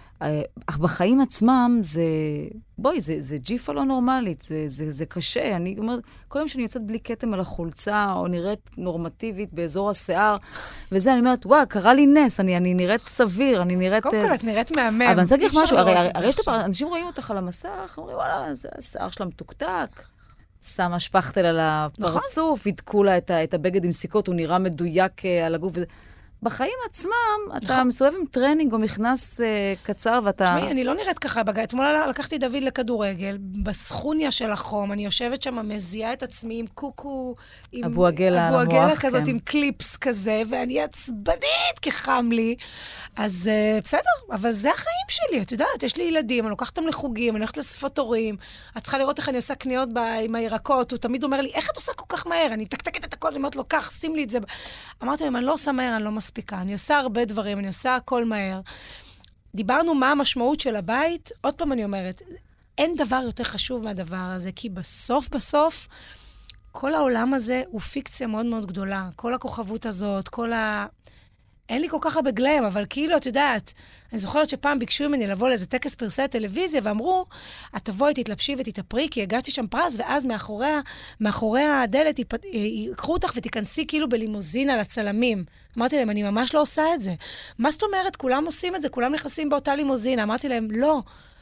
אך בחיים עצמם זה, בואי, זה, זה ג'יפה לא נורמלית, זה, זה, זה קשה. אני אומרת, כל יום שאני יוצאת בלי כתם על החולצה, או נראית נורמטיבית באזור השיער, וזה, אני אומרת, וואו, קרה לי נס, אני, אני נראית סביר, אני נראית... קודם כל, את נראית מהמם. אבל אני רוצה להגיד לך משהו, הרי, הרי יש דבר, אנשים רואים אותך על המסך, אומרים, וואלה, זה השיער שלה מתוקתק, שמה שפכתל על הפרצוף, ידקו לה את, את הבגד עם סיכות, הוא נראה מדויק על הגוף וזה. בחיים עצמם, אתה מסובב עם טרנינג או מכנס קצר ואתה... תשמעי, אני לא נראית ככה בגלל. אתמול לקחתי דוד לכדורגל, בסכוניה של החום, אני יושבת שם, מזיעה את עצמי עם קוקו, עם... אבואגלה על המוח, כן. אבואגלה כזאת עם קליפס כזה, ואני עצבנית כחם לי. אז בסדר, אבל זה החיים שלי, את יודעת, יש לי ילדים, אני לוקחת אותם לחוגים, אני הולכת לשפות הורים, את צריכה לראות איך אני עושה קניות עם הירקות, הוא תמיד אומר לי, איך את עושה כל כך מהר? אני מתקתקת את הכל, אני אומרת לו, קח, שים לי את זה. אמרתי לו, אם אני לא עושה מהר, אני לא מספיקה. אני עושה הרבה דברים, אני עושה הכל מהר. דיברנו מה המשמעות של הבית, עוד פעם אני אומרת, אין דבר יותר חשוב מהדבר הזה, כי בסוף בסוף, כל העולם הזה הוא פיקציה מאוד מאוד גדולה. כל הכוכבות הזאת, כל ה... אין לי כל כך הרבה גלם, אבל כאילו, את יודעת, אני זוכרת שפעם ביקשו ממני לבוא לאיזה טקס פרסי הטלוויזיה, ואמרו, את תבואי, תתלבשי ותתאפרי, כי הגשתי שם פרס, ואז מאחורי, מאחורי הדלת יקחו אותך ותיכנסי כאילו בלימוזינה לצלמים. אמרתי להם, אני ממש לא עושה את זה. מה זאת אומרת? כולם עושים את זה, כולם נכנסים באותה לימוזינה. אמרתי להם, לא,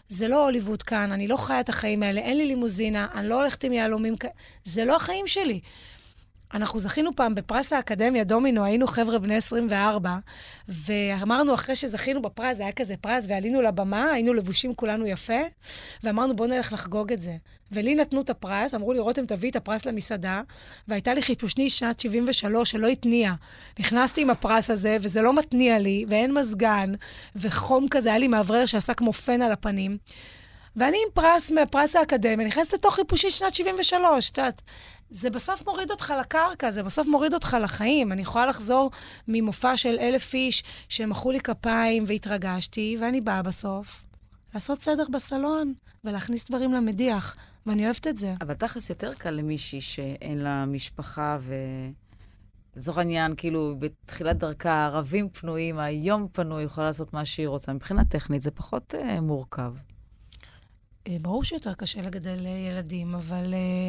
זה לא הוליווד כאן, אני לא חיה את החיים האלה, אין לי לימוזינה, אני לא הולכת עם יהלומים כאלה, זה לא החיים שלי. אנחנו זכינו פעם בפרס האקדמיה דומינו, היינו חבר'ה בני עשרים וארבע, ואמרנו אחרי שזכינו בפרס, זה היה כזה פרס, ועלינו לבמה, היינו לבושים כולנו יפה, ואמרנו בוא נלך לחגוג את זה. ולי נתנו את הפרס, אמרו לי, רותם, תביא את הפרס למסעדה, והייתה לי חיפושני שנת שבעים ושלוש שלא התניע. נכנסתי עם הפרס הזה, וזה לא מתניע לי, ואין מזגן, וחום כזה, היה לי מעברר שעשה כמו פן על הפנים. ואני עם פרס מהפרס האקדמיה, נכנסת לתוך חיפושי שנת שבעים ושלוש, שתת. זה בסוף מוריד אותך לקרקע, זה בסוף מוריד אותך לחיים. אני יכולה לחזור ממופע של אלף איש שמחאו לי כפיים והתרגשתי, ואני באה בסוף לעשות סדר בסלון ולהכניס דברים למדיח, ואני אוהבת את זה. אבל תכלס יותר קל למישהי שאין לה משפחה ו... לצורך העניין, כאילו, בתחילת דרכה, הערבים פנויים, היום פנוי, יכולה לעשות מה שהיא רוצה. מבחינה טכנית זה פחות אה, מורכב. ברור שיותר קשה לגדל ילדים, אבל...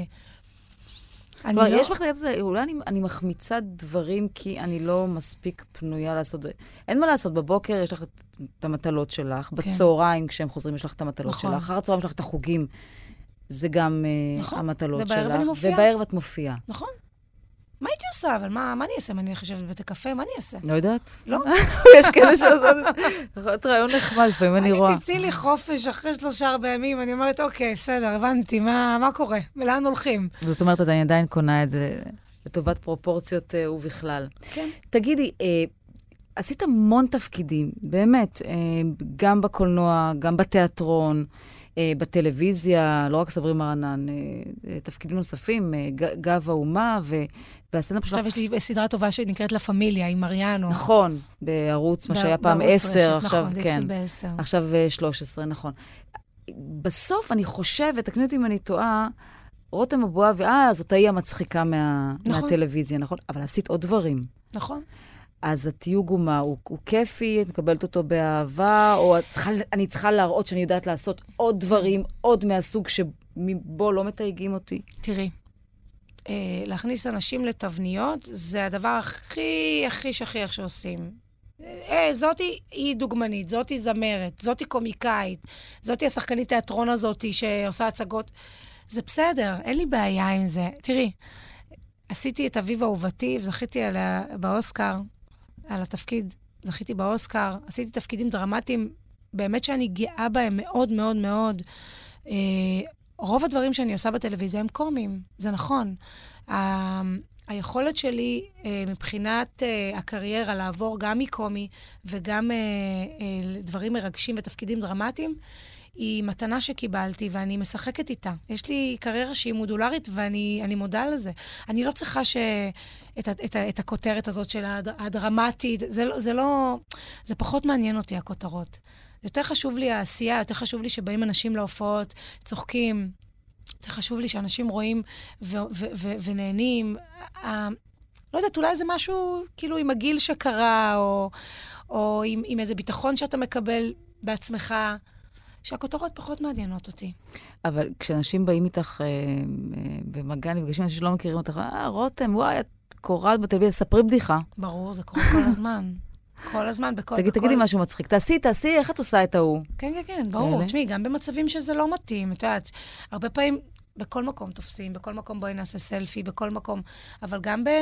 לא, לא... יש מחלקת זה, אולי אני, אני מחמיצה דברים כי אני לא מספיק פנויה לעשות... אין מה לעשות, בבוקר יש לך את המטלות שלך, כן. בצהריים כשהם חוזרים יש לך את המטלות נכון. שלך, אחר הצהריים יש לך את החוגים, זה גם נכון. המטלות שלך. ובערב אני מופיעה. ובערב את מופיעה. נכון. מה הייתי עושה? אבל מה, מה אני אעשה? מה אני חושבת בבית הקפה? מה אני אעשה? לא יודעת. לא? יש כאלה שעושות את רעיון נחמד, לפעמים אני רואה. אני תיתי לי חופש אחרי שלושה ארבע ימים, אני אומרת, אוקיי, בסדר, הבנתי, מה, מה קורה? ולאן הולכים? זאת אומרת, אני עדיין קונה את זה לטובת פרופורציות ובכלל. כן. תגידי, עשית המון תפקידים, באמת, גם בקולנוע, גם בתיאטרון, בטלוויזיה, לא רק סברי מרנן, תפקידים נוספים, גב האומה, והסצנה פשוט... עכשיו יש לי סדרה טובה שנקראת לה פמיליה, עם מריאנו. נכון, בערוץ, מה שהיה פעם עשר, עכשיו, כן. נכון, זה בעשר. עכשיו שלוש עשרה, נכון. בסוף אני חושבת, תקני אותי אם אני טועה, רותם אבואבי, אה, זאת ההיא המצחיקה מהטלוויזיה, נכון? אבל עשית עוד דברים. נכון. אז התיוג הוא מה? הוא, הוא כיפי, את מקבלת אותו באהבה, או צריכה, אני צריכה להראות שאני יודעת לעשות עוד דברים, עוד מהסוג שבו לא מתייגים אותי? תראי, אה, להכניס אנשים לתבניות, זה הדבר הכי, הכי שכיח שעושים. אה, זאתי היא דוגמנית, זאתי זמרת, זאתי קומיקאית, זאתי השחקנית תיאטרון הזאתי שעושה הצגות. זה בסדר, אין לי בעיה עם זה. תראי, עשיתי את אביב אהובתי, וזכיתי עליה באוסקר, על התפקיד, זכיתי באוסקר, עשיתי תפקידים דרמטיים, באמת שאני גאה בהם מאוד מאוד מאוד. אה, רוב הדברים שאני עושה בטלוויזיה הם קומיים, זה נכון. ה- היכולת שלי אה, מבחינת אה, הקריירה לעבור גם מקומי וגם אה, אה, דברים מרגשים ותפקידים דרמטיים, היא מתנה שקיבלתי, ואני משחקת איתה. יש לי קריירה שהיא מודולרית, ואני אני מודה לזה. אני לא צריכה ש... את, את, את הכותרת הזאת של הדרמטית, זה, זה לא... זה פחות מעניין אותי, הכותרות. יותר חשוב לי העשייה, יותר חשוב לי שבאים אנשים להופעות, צוחקים. יותר חשוב לי שאנשים רואים ו, ו, ו, ונהנים. ה, לא יודעת, אולי זה משהו כאילו עם הגיל שקרה, או, או עם, עם איזה ביטחון שאתה מקבל בעצמך, שהכותרות פחות מעניינות אותי. אבל כשאנשים באים איתך אה, אה, במגע, נפגשים אנשים שלא מכירים אותך, אה, רותם, וואי, את קוראת בטלוויזיה, ספרי בדיחה. ברור, זה קורה כל הזמן. כל הזמן, בכל... תגיד, תגידי משהו מצחיק. תעשי, תעשי, איך את עושה את ההוא? כן, כן, כן, ברור. תשמעי, גם במצבים שזה לא מתאים, את יודעת, הרבה פעמים, בכל מקום תופסים, בכל מקום בואי נעשה סלפי, בכל מקום, אבל גם ב...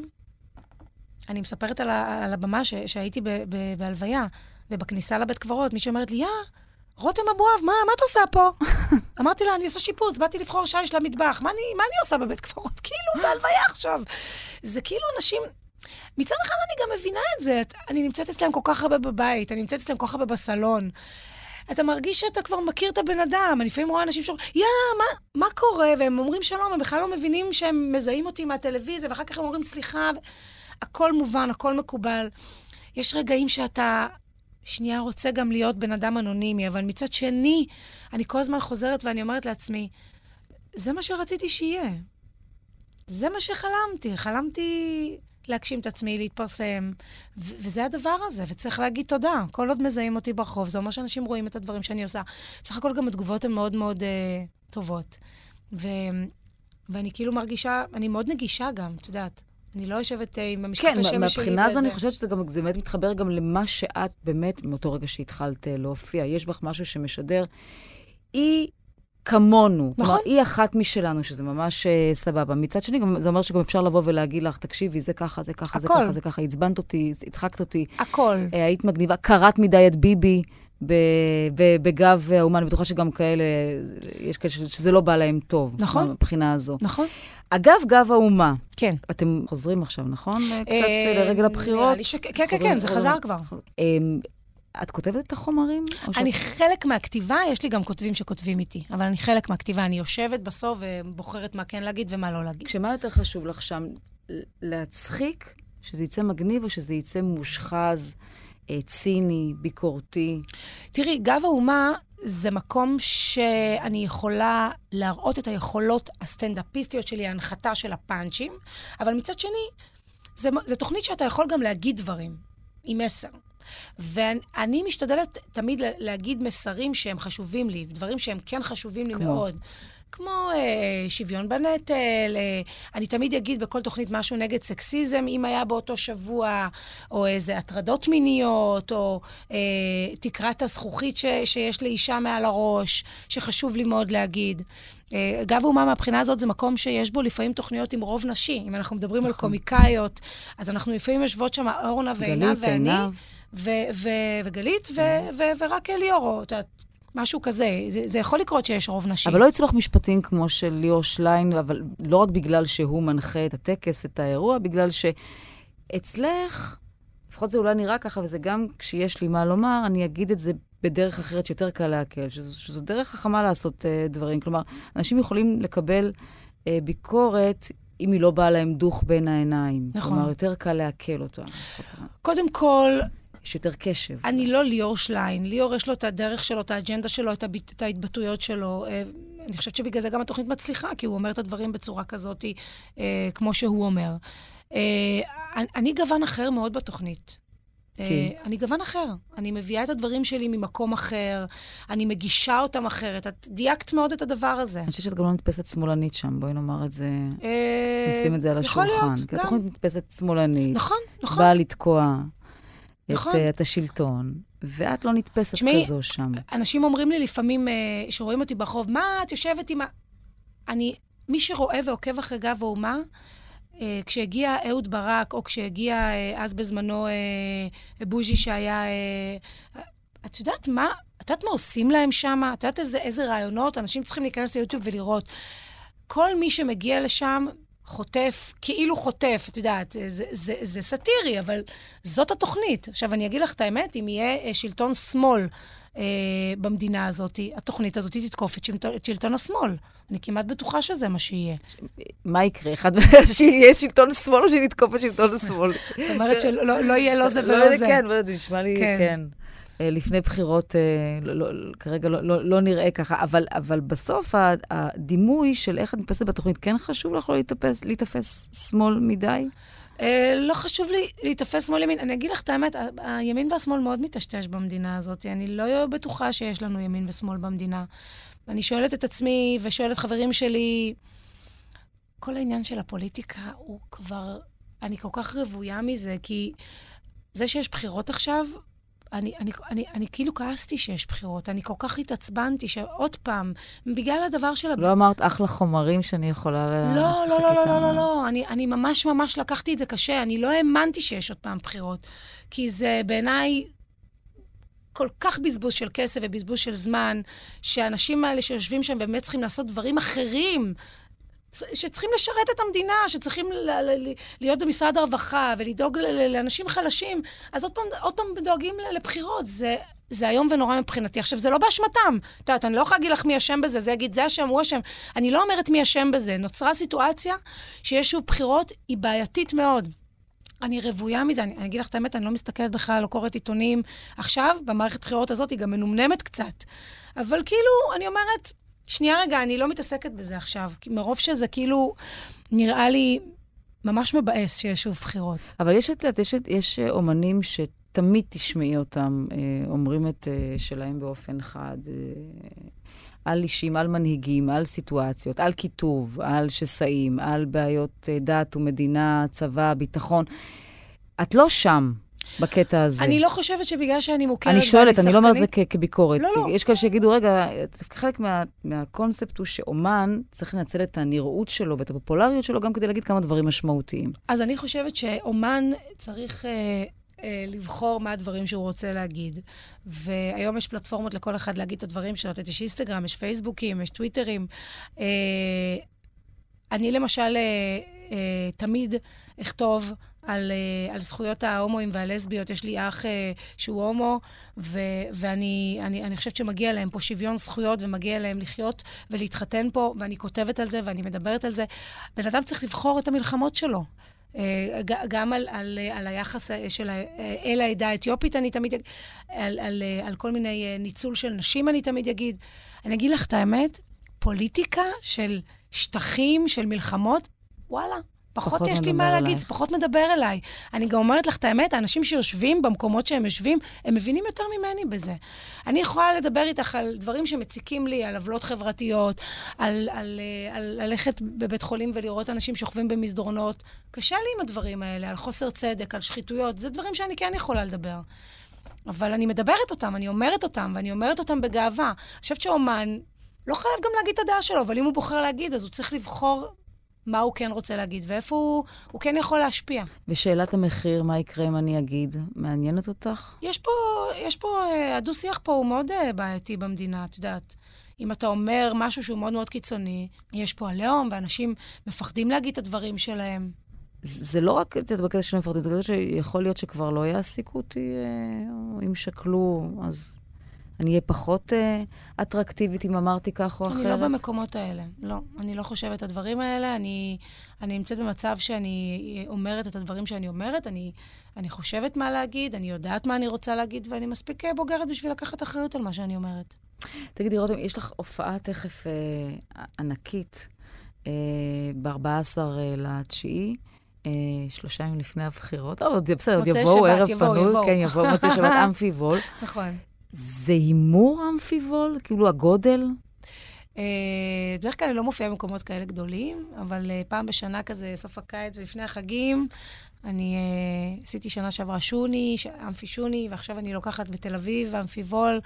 אני מספרת על, ה... על הבמה ש... שהייתי ב... ב... בהלוויה, ובכניסה לבית קברות, מישהו אומרת לי, יא, רותם אבואב, מה, מה את עושה פה? אמרתי לה, אני עושה שיפוץ, באתי לבחור שיש למטבח, מה אני, מה אני עושה בבית קברות? כאילו, בהלוויה עכשיו. זה כאילו אנשים... מצד אחד אני גם מבינה את זה, אני נמצאת אצלם כל כך הרבה בבית, אני נמצאת אצלם כל כך הרבה בסלון. אתה מרגיש שאתה כבר מכיר את הבן אדם, אני לפעמים רואה אנשים שאומרים, יא, מה, מה קורה? והם אומרים שלום, הם בכלל לא מבינים שהם מזהים אותי מהטלוויזיה, ואחר כך הם אומרים סליחה, הכל מובן, הכל מקובל. יש רגעים שאתה... שנייה רוצה גם להיות בן אדם אנונימי, אבל מצד שני, אני כל הזמן חוזרת ואני אומרת לעצמי, זה מה שרציתי שיהיה. זה מה שחלמתי. חלמתי להגשים את עצמי, להתפרסם, ו- וזה הדבר הזה, וצריך להגיד תודה. כל עוד מזהים אותי ברחוב, זה אומר שאנשים רואים את הדברים שאני עושה. בסך הכל גם התגובות הן מאוד מאוד uh, טובות. ו- ואני כאילו מרגישה, אני מאוד נגישה גם, את יודעת. אני לא יושבת עם המשקפי כן, שמש שלי. מהבחינה הזו באיזה... אני חושבת שזה גם, זה באמת מתחבר גם למה שאת באמת, מאותו רגע שהתחלת להופיע. יש בך משהו שמשדר. היא כמונו. נכון. כלומר, היא אחת משלנו, שזה ממש uh, סבבה. מצד שני, גם, זה אומר שגם אפשר לבוא ולהגיד לך, תקשיבי, זה ככה, זה ככה, זה ככה, זה ככה, הצבנת אותי, הצחקת אותי. הכל. Uh, היית מגניבה, קראת מדי את ביבי בגב האומן. אני בטוחה שגם כאלה, יש כאלה שזה לא בא להם טוב. נכון. מבחינה הזו. נכון. אגב, גב האומה. כן. אתם חוזרים עכשיו, נכון? קצת לרגל הבחירות? כן, כן, כן, זה חזר כבר. את כותבת את החומרים? אני חלק מהכתיבה, יש לי גם כותבים שכותבים איתי, אבל אני חלק מהכתיבה, אני יושבת בסוף ובוחרת מה כן להגיד ומה לא להגיד. כשמה יותר חשוב לך שם, להצחיק, שזה יצא מגניב או שזה יצא מושחז, ציני, ביקורתי? תראי, גב האומה זה מקום שאני יכולה להראות את היכולות הסטנדאפיסטיות שלי, ההנחתה של הפאנצ'ים, אבל מצד שני, זה, זה תוכנית שאתה יכול גם להגיד דברים, עם מסר. ואני משתדלת תמיד להגיד מסרים שהם חשובים לי, דברים שהם כן חשובים לי כמו. מאוד. כמו אה, שוויון בנטל, אה, אני תמיד אגיד בכל תוכנית משהו נגד סקסיזם, אם היה באותו שבוע, או איזה הטרדות מיניות, או אה, תקרת הזכוכית ש, שיש לאישה מעל הראש, שחשוב לי מאוד להגיד. אה, גב האומה מהבחינה הזאת זה מקום שיש בו לפעמים תוכניות עם רוב נשי. אם אנחנו מדברים נכון. על קומיקאיות, אז אנחנו לפעמים יושבות שם אורנה ועינב ואני, ו- ו- וגלית, ו- ו- ורק ליאור, משהו כזה. זה, זה יכול לקרות שיש רוב נשי. אבל לא יצלוח משפטים כמו של ליאור שליין, אבל לא רק בגלל שהוא מנחה את הטקס, את האירוע, בגלל שאצלך, לפחות זה אולי נראה ככה, וזה גם כשיש לי מה לומר, אני אגיד את זה בדרך אחרת שיותר קל להקל, שזו, שזו דרך חכמה לעשות uh, דברים. כלומר, אנשים יכולים לקבל uh, ביקורת אם היא לא באה להם דוך בין העיניים. נכון. כלומר, יותר קל להקל אותה. קודם כל, יש יותר קשב. אני לא ליאור שליין. ליאור יש לו את הדרך שלו, את האג'נדה שלו, את, הביט, את ההתבטאויות שלו. אני חושבת שבגלל זה גם התוכנית מצליחה, כי הוא אומר את הדברים בצורה כזאת, אה, כמו שהוא אומר. אה, אני גוון אחר מאוד בתוכנית. אה, אני גוון אחר. אני מביאה את הדברים שלי ממקום אחר, אני מגישה אותם אחרת. את דייקת מאוד את הדבר הזה. אני חושבת שאת גם לא נתפסת שמאלנית שם. בואי נאמר את זה, אה, נשים את זה על השולחן. יכול להיות, כי התוכנית נתפסת שמאלנית. נכון, נכון. באה לתקוע. נכון. את, את השלטון, ואת לא נתפסת שמי, כזו שם. אנשים אומרים לי לפעמים, uh, שרואים אותי ברחוב, מה את יושבת עם ה... אני, מי שרואה ועוקב אחרי גב האומה, uh, כשהגיע אהוד ברק, או כשהגיע uh, אז בזמנו uh, בוז'י שהיה... Uh, את יודעת מה? את יודעת מה עושים להם שם? את יודעת איזה, איזה רעיונות? אנשים צריכים להיכנס ליוטיוב ולראות. כל מי שמגיע לשם... חוטף, כאילו חוטף, את יודעת, זה, זה, זה סטירי, אבל זאת התוכנית. עכשיו, אני אגיד לך את האמת, אם יהיה שלטון שמאל אה, במדינה הזאת, התוכנית הזאת תתקוף את שלטון, את שלטון השמאל. אני כמעט בטוחה שזה מה שיהיה. מה יקרה? אחד שיהיה שלטון שמאל או שתתקוף את שלטון השמאל? זאת אומרת שלא לא יהיה לא זה ולא זה. כן, זה נשמע לי, כן. לפני בחירות, לא, לא, כרגע לא, לא, לא נראה ככה, אבל, אבל בסוף הדימוי של איך את נתפסת בתוכנית, כן חשוב לך לא להתאפס, להתאפס שמאל מדי? לא חשוב לי להתאפס שמאל ימין. אני אגיד לך את האמת, הימין והשמאל מאוד מתשתש במדינה הזאת. אני לא בטוחה שיש לנו ימין ושמאל במדינה. אני שואלת את עצמי ושואלת חברים שלי, כל העניין של הפוליטיקה הוא כבר, אני כל כך רבויה מזה, כי זה שיש בחירות עכשיו, אני, אני, אני, אני כאילו כעסתי שיש בחירות, אני כל כך התעצבנתי שעוד פעם, בגלל הדבר של... לא אמרת אחלה חומרים שאני יכולה לא, לשחק לא, לא, איתם. לא, לא, לא, לא, אני, אני ממש ממש לקחתי את זה קשה, אני לא האמנתי שיש עוד פעם בחירות, כי זה בעיניי כל כך בזבוז של כסף ובזבוז של זמן, שהאנשים האלה שיושבים שם באמת צריכים לעשות דברים אחרים, שצריכים לשרת את המדינה, שצריכים להיות במשרד הרווחה ולדאוג לאנשים חלשים, אז עוד פעם, עוד פעם דואגים לבחירות. זה, זה היום ונורא מבחינתי. עכשיו, זה לא באשמתם. אתה יודעת, אני לא יכולה להגיד לך מי אשם בזה, זה יגיד, זה אשם, הוא אשם. אני לא אומרת מי אשם בזה. נוצרה סיטואציה שיש שוב בחירות, היא בעייתית מאוד. אני רבויה מזה, אני, אני אגיד לך את האמת, אני לא מסתכלת בכלל, לא קוראת עיתונים. עכשיו, במערכת בחירות הזאת, היא גם מנומנמת קצת. אבל כאילו, אני אומרת, שנייה רגע, אני לא מתעסקת בזה עכשיו, מרוב שזה כאילו נראה לי ממש מבאס שיש שוב בחירות. אבל יש, יש, יש אומנים שתמיד תשמעי אותם, אומרים את שלהם באופן חד. על אישים, על מנהיגים, על סיטואציות, על כיתוב, על שסעים, על בעיות דת ומדינה, צבא, ביטחון. את לא שם. בקטע הזה. אני לא חושבת שבגלל שאני מוכרת... אני שואלת, אני לא אומרת זה כביקורת. לא, לא. יש כאלה שיגידו, רגע, חלק מה, מהקונספט הוא שאומן צריך לנצל את הנראות שלו ואת הפופולריות שלו גם כדי להגיד כמה דברים משמעותיים. אז אני חושבת שאומן צריך אה, אה, לבחור מה הדברים שהוא רוצה להגיד. והיום יש פלטפורמות לכל אחד להגיד את הדברים שלו. יש אינסטגרם, יש פייסבוקים, יש טוויטרים. אה, אני למשל אה, אה, תמיד אכתוב על, על זכויות ההומואים והלסביות. יש לי אח שהוא הומו, ו, ואני אני, אני חושבת שמגיע להם פה שוויון זכויות, ומגיע להם לחיות ולהתחתן פה, ואני כותבת על זה, ואני מדברת על זה. בן אדם צריך לבחור את המלחמות שלו. גם על, על, על היחס של אל העדה האתיופית, אני תמיד אגיד, על, על, על כל מיני ניצול של נשים, אני תמיד אגיד. אני אגיד לך את האמת, פוליטיקה של שטחים, של מלחמות, וואלה. פחות, פחות יש לי מה להגיד, עלייך. פחות מדבר אליי. אני גם אומרת לך את האמת, האנשים שיושבים במקומות שהם יושבים, הם מבינים יותר ממני בזה. אני יכולה לדבר איתך על דברים שמציקים לי, על עוולות חברתיות, על, על, על, על ללכת בבית חולים ולראות אנשים שוכבים במסדרונות. קשה לי עם הדברים האלה, על חוסר צדק, על שחיתויות. זה דברים שאני כן יכולה לדבר. אבל אני מדברת אותם, אני אומרת אותם, ואני אומרת אותם בגאווה. אני חושבת שאומן לא חייב גם להגיד את הדעה שלו, אבל אם הוא בוחר להגיד, אז הוא צריך לבחור מה הוא כן רוצה להגיד, ואיפה הוא, הוא כן יכול להשפיע. ושאלת המחיר, מה יקרה אם אני אגיד, מעניינת אותך? יש פה, יש פה, הדו-שיח פה הוא מאוד בעייתי במדינה, את יודעת. אם אתה אומר משהו שהוא מאוד מאוד קיצוני, יש פה הלאום, ואנשים מפחדים להגיד את הדברים שלהם. זה לא רק את בקטע של מפחדים, זה כזה שיכול להיות שכבר לא יעסיקו אותי, או אם שקלו, אז אני אהיה פחות uh, אטרקטיבית אם אמרתי כך או אני אחרת. אני לא במקומות האלה, לא. אני לא חושבת את הדברים האלה. אני, אני נמצאת במצב שאני אומרת את הדברים שאני אומרת. אני, אני חושבת מה להגיד, אני יודעת מה אני רוצה להגיד, ואני מספיק בוגרת בשביל לקחת אחריות על מה שאני אומרת. תגידי, רותם, יש לך הופעה תכף אה, ענקית אה, ב-ארבעה עשר לתשיעי, אה, שלושה ימים לפני הבחירות. לא, בסדר, עוד יבואו, ערב פנוי. כן, יבואו, מוצאי שבת אמפיבול. נכון. זה הימור אמפיבול? כאילו הגודל? בדרך כלל אני לא מופיעה במקומות כאלה גדולים, אבל פעם בשנה כזה, סוף הקיץ ולפני החגים, אני עשיתי שנה שעברה שוני, אמפי שוני, ועכשיו אני לוקחת בתל אביב, אמפיבול.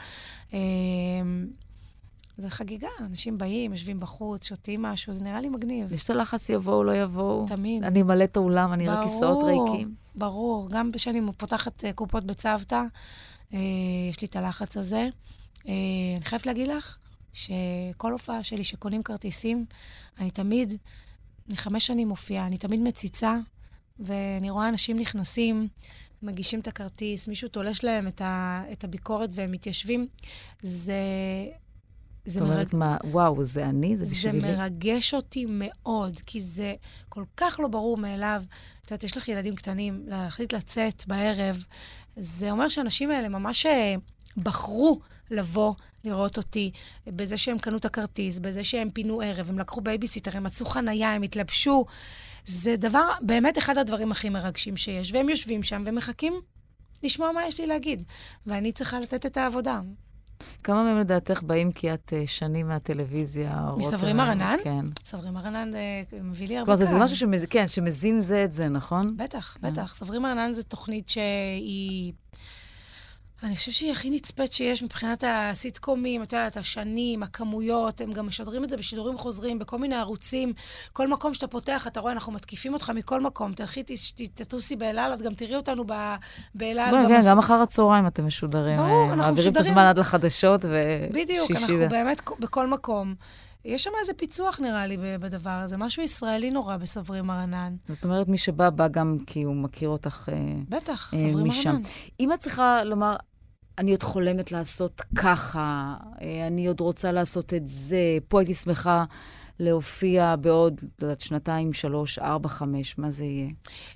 זה חגיגה, אנשים באים, יושבים בחוץ, שותים משהו, זה נראה לי מגניב. יש את הלחץ יבואו, לא יבואו. תמיד. אני מלא את האולם, אני רק כיסאות ריקים. ברור, גם כשאני פותחת קופות בצוותא, יש לי את הלחץ הזה. אני חייבת להגיד לך שכל הופעה שלי שקונים כרטיסים, אני תמיד, אני חמש שנים מופיעה, אני תמיד מציצה, ואני רואה אנשים נכנסים, מגישים את הכרטיס, מישהו תולש להם את, ה, את הביקורת והם מתיישבים. זה... זאת אומרת, מה, וואו, זה אני? זה בשבילי? זה מרגש אותי מאוד, כי זה כל כך לא ברור מאליו. את יודעת, יש לך ילדים קטנים, להחליט לצאת בערב, זה אומר שהאנשים האלה ממש בחרו לבוא לראות אותי, בזה שהם קנו את הכרטיס, בזה שהם פינו ערב, הם לקחו בייביסיטר, הם מצאו חנייה, הם התלבשו. זה דבר, באמת אחד הדברים הכי מרגשים שיש, והם יושבים שם ומחכים לשמוע מה יש לי להגיד, ואני צריכה לתת את העבודה. כמה מהם לדעתך באים כי את שנים מהטלוויזיה? מסברים הרנן? כן. מסברים הרנן מביא לי הרבה כלומר, כאן. זה משהו שמז... כן, שמזין זה את זה, נכון? בטח, בטח. סברים הרנן זה תוכנית שהיא... אני חושב שהיא הכי נצפת שיש מבחינת הסיטקומים, את יודעת, השנים, הכמויות, הם גם משדרים את זה בשידורים חוזרים, בכל מיני ערוצים. כל מקום שאתה פותח, אתה רואה, אנחנו מתקיפים אותך מכל מקום. תלכי, תטוסי באלעל, את גם תראי אותנו באלעל. כן, גם אחר הצהריים אתם משודרים. ברור, אנחנו משודרים. מעבירים את הזמן עד לחדשות ושישי. בדיוק, אנחנו באמת בכל מקום. יש שם איזה פיצוח, נראה לי, בדבר הזה. משהו ישראלי נורא בסברים הרנן. זאת אומרת, מי שבא, בא גם כי הוא מכיר אותך בטח, סברים הרנן. אם את צריכה לומר... אני עוד חולמת לעשות ככה, אני עוד רוצה לעשות את זה, פה הייתי שמחה להופיע בעוד, לא יודעת, שנתיים, שלוש, ארבע, חמש, מה זה יהיה?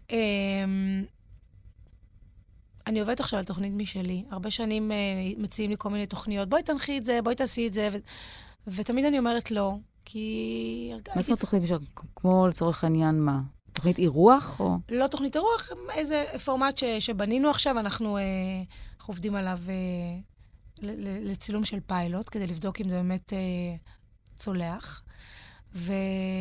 אני עובדת עכשיו על תוכנית משלי. הרבה שנים מציעים לי כל מיני תוכניות, בואי תנחי את זה, בואי תעשי את זה, ותמיד אני אומרת לא, כי... מה זאת תוכנית משלי? כמו לצורך העניין מה? תוכנית אירוח או? לא תוכנית אירוח, איזה פורמט שבנינו עכשיו, אנחנו... אנחנו עובדים עליו לצילום של פיילוט, כדי לבדוק אם זה באמת אה, צולח. וזהו,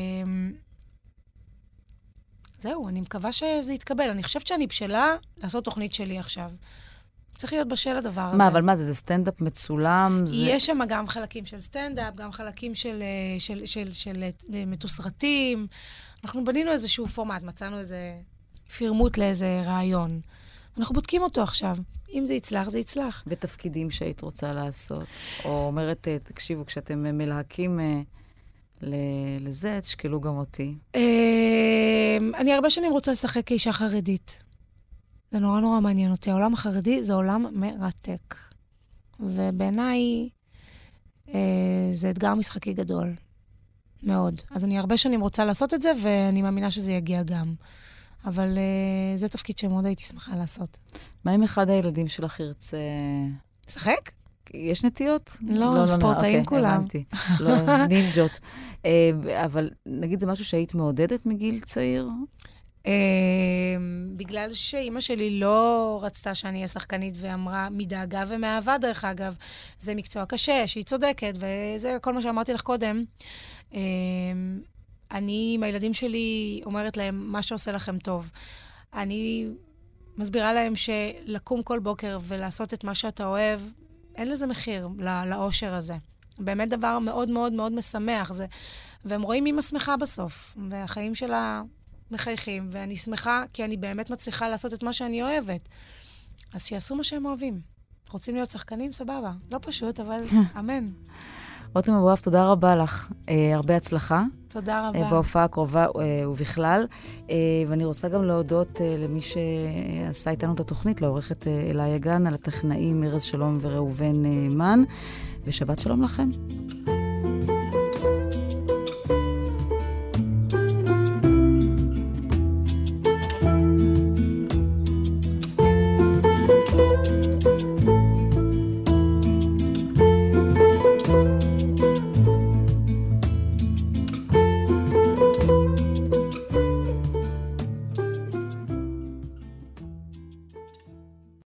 אני מקווה שזה יתקבל. אני חושבת שאני בשלה לעשות תוכנית שלי עכשיו. צריך להיות בשל הדבר הזה. מה, אבל מה זה? זה סטנדאפ מצולם? זה... יש שם גם חלקים של סטנדאפ, גם חלקים של, של, של, של, של מתוסרטים. אנחנו בנינו איזשהו פורמט, מצאנו איזה פירמות לאיזה רעיון. אנחנו בודקים אותו עכשיו. אם זה יצלח, זה יצלח. ותפקידים שהיית רוצה לעשות? או אומרת, תקשיבו, כשאתם מלהקים לזה, תשקלו גם אותי. אני הרבה שנים רוצה לשחק כאישה חרדית. זה נורא נורא מעניין אותי. העולם החרדי זה עולם מרתק. ובעיניי זה אתגר משחקי גדול. מאוד. אז אני הרבה שנים רוצה לעשות את זה, ואני מאמינה שזה יגיע גם. אבל uh, זה תפקיד שמאוד הייתי שמחה לעשות. מה אם אחד הילדים שלך ירצה... לשחק? יש נטיות? לא, לא, לא ספורטאים אוקיי, כולם. הבנתי. לא, נינג'ות. uh, אבל נגיד זה משהו שהיית מעודדת מגיל צעיר? Uh, בגלל שאימא שלי לא רצתה שאני אהיה שחקנית, ואמרה, מדאגה ומאהבה דרך אגב, זה מקצוע קשה, שהיא צודקת, וזה כל מה שאמרתי לך קודם. Uh, אני, עם הילדים שלי, אומרת להם, מה שעושה לכם טוב. אני מסבירה להם שלקום כל בוקר ולעשות את מה שאתה אוהב, אין לזה מחיר לא, לאושר הזה. באמת דבר מאוד מאוד מאוד משמח. זה, והם רואים אמא שמחה בסוף, והחיים שלה מחייכים, ואני שמחה כי אני באמת מצליחה לעשות את מה שאני אוהבת. אז שיעשו מה שהם אוהבים. רוצים להיות שחקנים? סבבה. לא פשוט, אבל אמן. רותם אבואב, תודה רבה לך. אה, הרבה הצלחה. תודה רבה. אה, בהופעה הקרובה אה, ובכלל. אה, ואני רוצה גם להודות אה, למי שעשה איתנו את התוכנית, לעורכת אה, אליי הגן, על הטכנאים ארז שלום וראובן אה, מן, ושבת שלום לכם.